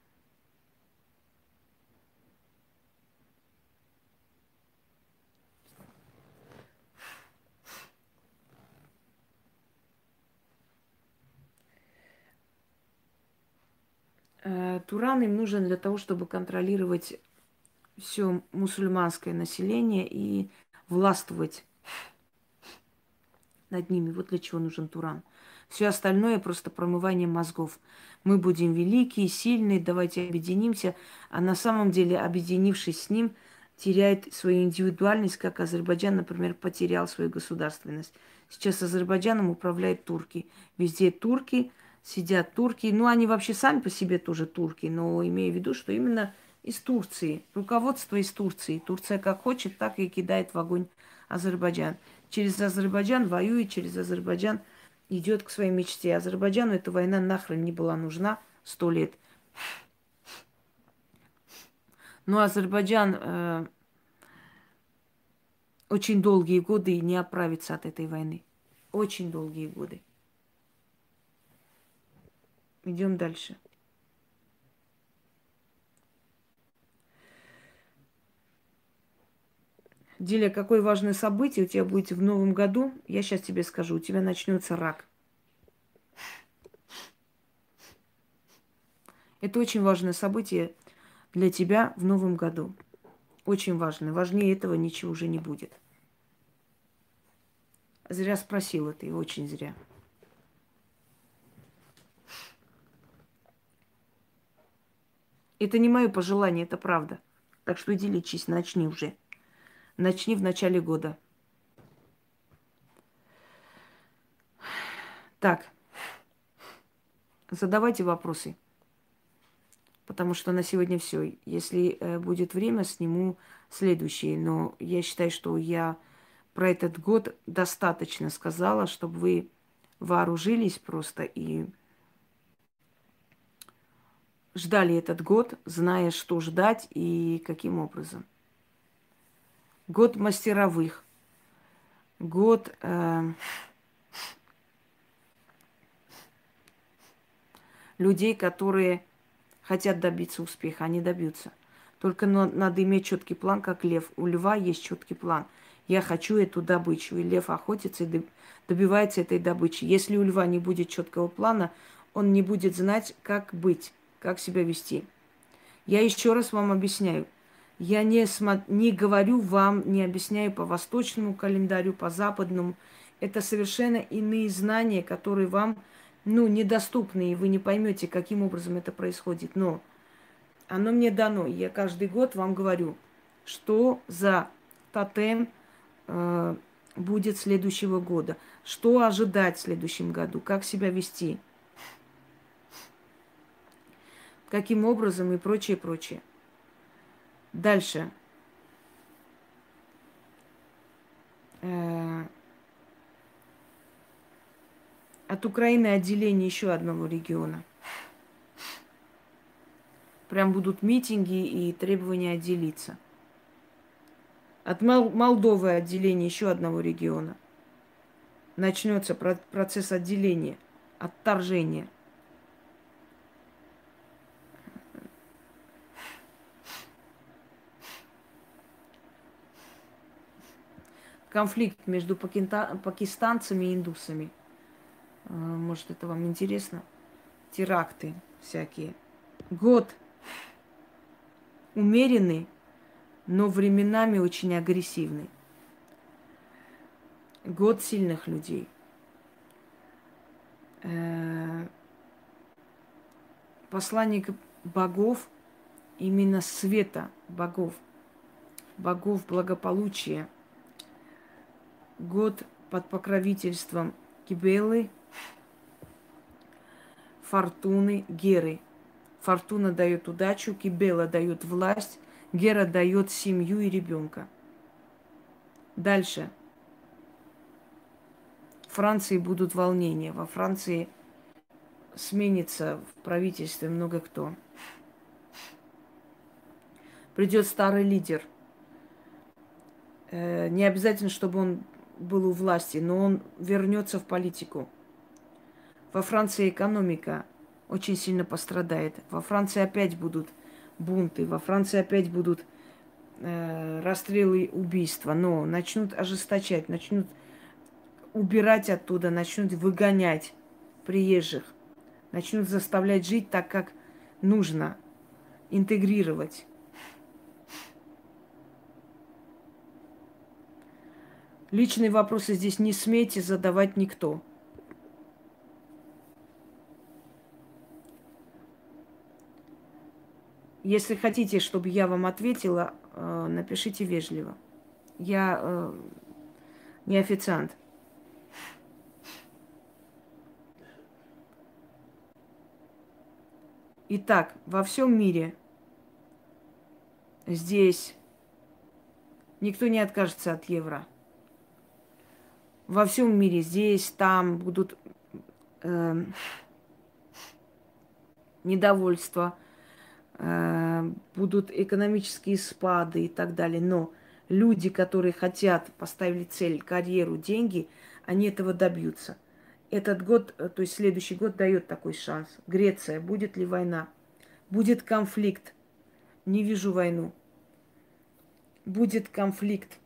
Э, Туран им нужен для того, чтобы контролировать все мусульманское население и властвовать над ними. Вот для чего нужен Туран. Все остальное просто промывание мозгов. Мы будем великие, сильные, давайте объединимся. А на самом деле, объединившись с ним, теряет свою индивидуальность, как Азербайджан, например, потерял свою государственность. Сейчас Азербайджаном управляют турки. Везде турки, сидят турки. Ну, они вообще сами по себе тоже турки, но имею в виду, что именно из Турции. Руководство из Турции. Турция как хочет, так и кидает в огонь Азербайджан. Через Азербайджан воюет, через Азербайджан идет к своей мечте. Азербайджану эта война нахрен не была нужна сто лет. Но Азербайджан э, очень долгие годы не оправится от этой войны. Очень долгие годы. Идем дальше. Диля, какое важное событие у тебя будет в новом году? Я сейчас тебе скажу. У тебя начнется рак. Это очень важное событие для тебя в новом году. Очень важно. Важнее этого ничего уже не будет. Зря спросила ты, очень зря. Это не мое пожелание, это правда. Так что иди лечись, начни уже. Начни в начале года. Так, задавайте вопросы. Потому что на сегодня все. Если э, будет время, сниму следующие. Но я считаю, что я про этот год достаточно сказала, чтобы вы вооружились просто и ждали этот год, зная, что ждать и каким образом. Год мастеровых. Год э, людей, которые хотят добиться успеха, они добьются. Только надо иметь четкий план, как лев. У льва есть четкий план. Я хочу эту добычу. И лев охотится и добивается этой добычи. Если у льва не будет четкого плана, он не будет знать, как быть, как себя вести. Я еще раз вам объясняю. Я не, смо- не говорю вам, не объясняю по восточному календарю, по западному. Это совершенно иные знания, которые вам ну, недоступны, и вы не поймете, каким образом это происходит. Но оно мне дано. Я каждый год вам говорю, что за тотем э, будет следующего года, что ожидать в следующем году, как себя вести, каким образом и прочее, прочее. Дальше. Э, от Украины отделение еще одного региона. Прям будут митинги и требования отделиться. От Мол- Молдовы отделение еще одного региона. Начнется про- процесс отделения, отторжения. Конфликт между пакиста- пакистанцами и индусами. А, Может, это вам интересно? Теракты всякие. Год умеренный, но временами очень агрессивный. Год сильных людей. Э, Посланник богов, именно света богов, богов благополучия. Год под покровительством Кибелы, Фортуны, Геры. Фортуна дает удачу, Кибела дает власть, Гера дает семью и ребенка. Дальше. В Франции будут волнения. Во Франции сменится в правительстве много кто. Придет старый лидер. Э, не обязательно, чтобы он был у власти, но он вернется в политику. Во Франции экономика очень сильно пострадает. Во Франции опять будут бунты, во Франции опять будут э, расстрелы, убийства. Но начнут ожесточать, начнут убирать оттуда, начнут выгонять приезжих, начнут заставлять жить так, как нужно, интегрировать. Личные вопросы здесь не смейте задавать никто. Если хотите, чтобы я вам ответила, э, напишите вежливо. Я э, не официант. Итак, во всем мире здесь никто не откажется от евро. Во всем мире здесь, там будут э, недовольства, э, будут экономические спады и так далее. Но люди, которые хотят поставить цель, карьеру, деньги, они этого добьются. Этот год, э, то есть следующий год дает такой шанс. Греция, будет ли война? Будет конфликт. Не вижу войну. Будет конфликт.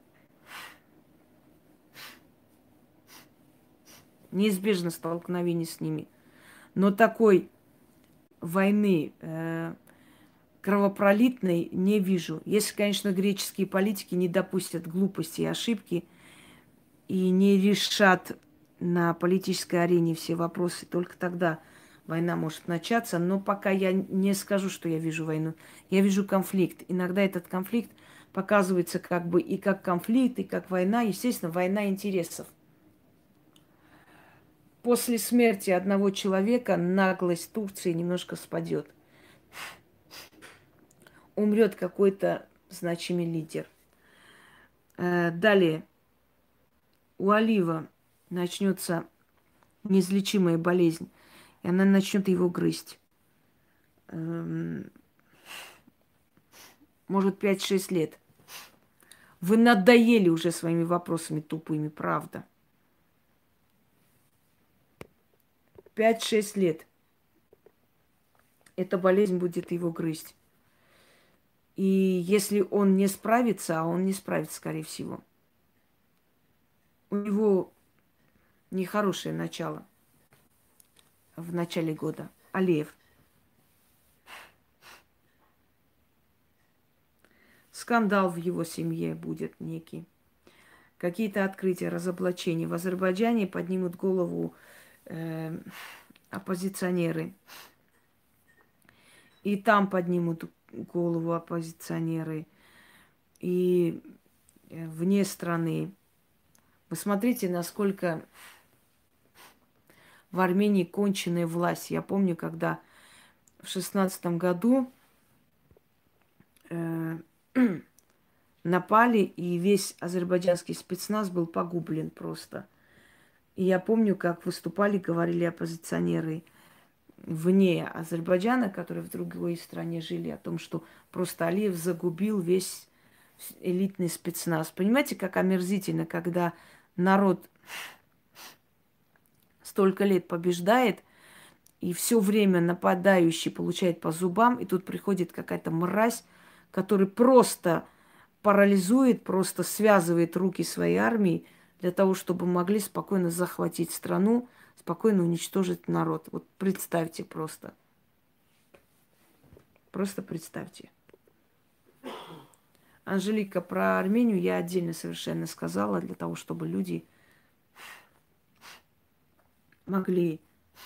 Неизбежно столкновение с ними. Но такой войны, э, кровопролитной не вижу. Если, конечно, греческие политики не допустят глупости и ошибки и не решат на политической арене все вопросы, только тогда война может начаться. Но пока я не скажу, что я вижу войну. Я вижу конфликт. Иногда этот конфликт показывается как бы и как конфликт, и как война. Естественно, война интересов. После смерти одного человека наглость Турции немножко спадет. Умрет какой-то значимый лидер. Э, Далее. У Алива начнется неизлечимая болезнь, и она начнет его грызть. Эм, Может, пять-шесть лет. Вы надоели уже своими вопросами тупыми, правда. Пять-шесть лет. Эта болезнь будет его грызть. И если он не справится, а он не справится, скорее всего, у него нехорошее начало в начале года. Алиев. Скандал в его семье будет некий. Какие-то открытия, разоблачения. В Азербайджане поднимут голову э, оппозиционеры. И там поднимут голову оппозиционеры. И вне страны. Вы смотрите, насколько в Армении конченая власть. Я помню, когда в шестнадцатом году э, напали, и весь азербайджанский спецназ был погублен просто. И я помню, как выступали, говорили оппозиционеры вне Азербайджана, которые в другой стране жили, о том, что просто Алиев загубил весь элитный спецназ. Понимаете, как омерзительно, когда народ столько лет побеждает, и все время нападающий получает по зубам, и тут приходит какая-то мразь, который просто парализует, просто связывает руки своей армии для того, чтобы могли спокойно захватить страну, спокойно уничтожить народ. Вот представьте просто. Просто представьте. Анжелика, про Армению я отдельно совершенно сказала, для того, чтобы люди могли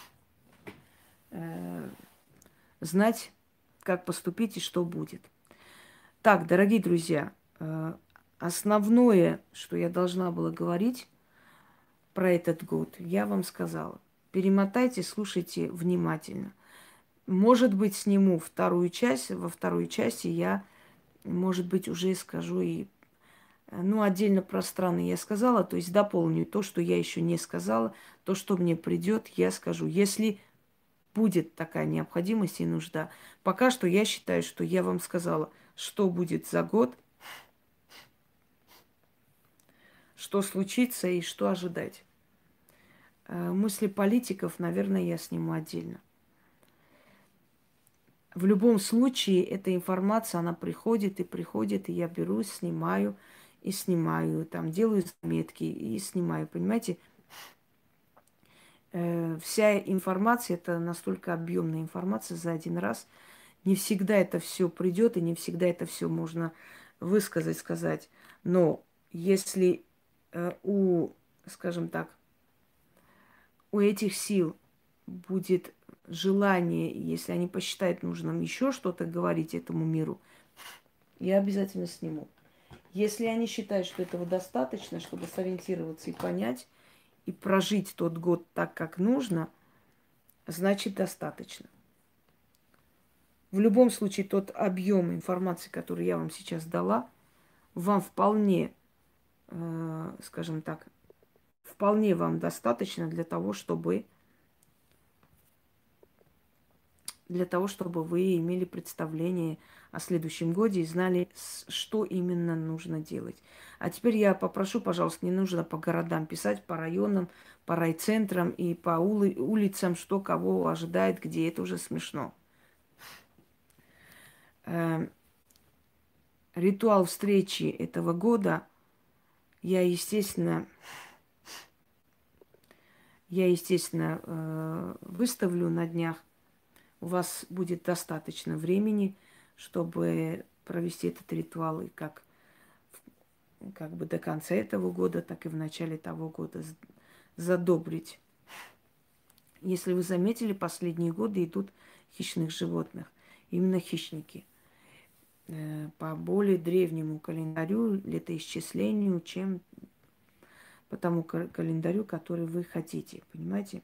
э, знать, как поступить и что будет. Так, дорогие друзья, э, основное, что я должна была говорить про этот год, я вам сказала. Перемотайте, слушайте внимательно. Может быть, сниму вторую часть. Во второй части я, может быть, уже скажу и, ну, отдельно про страны я сказала, то есть дополню то, что я еще не сказала, то, что мне придет, я скажу. Если будет такая необходимость и нужда. Пока что я считаю, что я вам сказала, что будет за год, что случится и что ожидать. Мысли политиков, наверное, я сниму отдельно. В любом случае, эта информация, она приходит и приходит, и я беру, снимаю и снимаю, там делаю заметки и снимаю, понимаете? Э, вся информация, это настолько объемная информация за один раз. Не всегда это все придет, и не всегда это все можно высказать, сказать. Но если э, у, скажем так, у этих сил будет желание, если они посчитают нужным еще что-то говорить этому миру, я обязательно сниму. Если они считают, что этого достаточно, чтобы сориентироваться и понять, и прожить тот год так, как нужно, значит достаточно. В любом случае, тот объем информации, который я вам сейчас дала, вам вполне, э, скажем так, вполне вам достаточно для того, чтобы для того, чтобы вы имели представление о следующем годе и знали, что именно нужно делать. А теперь я попрошу, пожалуйста, не нужно по городам писать, по районам, по райцентрам и по ули- улицам, что кого ожидает, где. Это уже смешно. Э, Ритуал встречи этого года я, естественно, я, естественно, э, выставлю на днях. У вас будет достаточно времени чтобы провести этот ритуал и как, как бы до конца этого года, так и в начале того года задобрить. Если вы заметили, последние годы идут хищных животных. Именно хищники. По более древнему календарю, летоисчислению, чем по тому календарю, который вы хотите. Понимаете?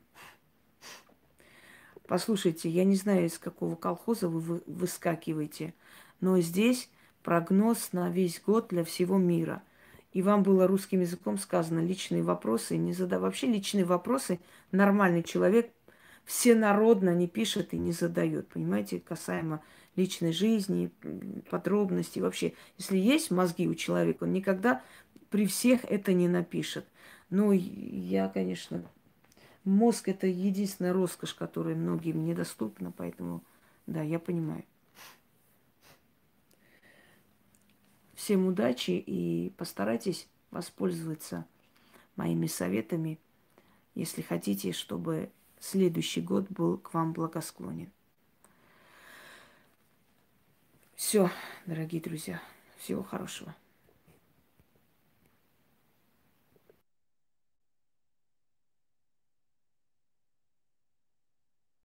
Послушайте, я не знаю, из какого колхоза вы выскакиваете, но здесь прогноз на весь год для всего мира. И вам было русским языком сказано личные вопросы. Не задавай. Вообще личные вопросы нормальный человек всенародно не пишет и не задает. Понимаете, касаемо личной жизни, подробностей. Вообще, если есть мозги у человека, он никогда при всех это не напишет. Ну, я, конечно, мозг – это единственная роскошь, которая многим недоступна, поэтому, да, я понимаю. Всем удачи и постарайтесь воспользоваться моими советами, если хотите, чтобы следующий год был к вам благосклонен. Все, дорогие друзья, всего хорошего.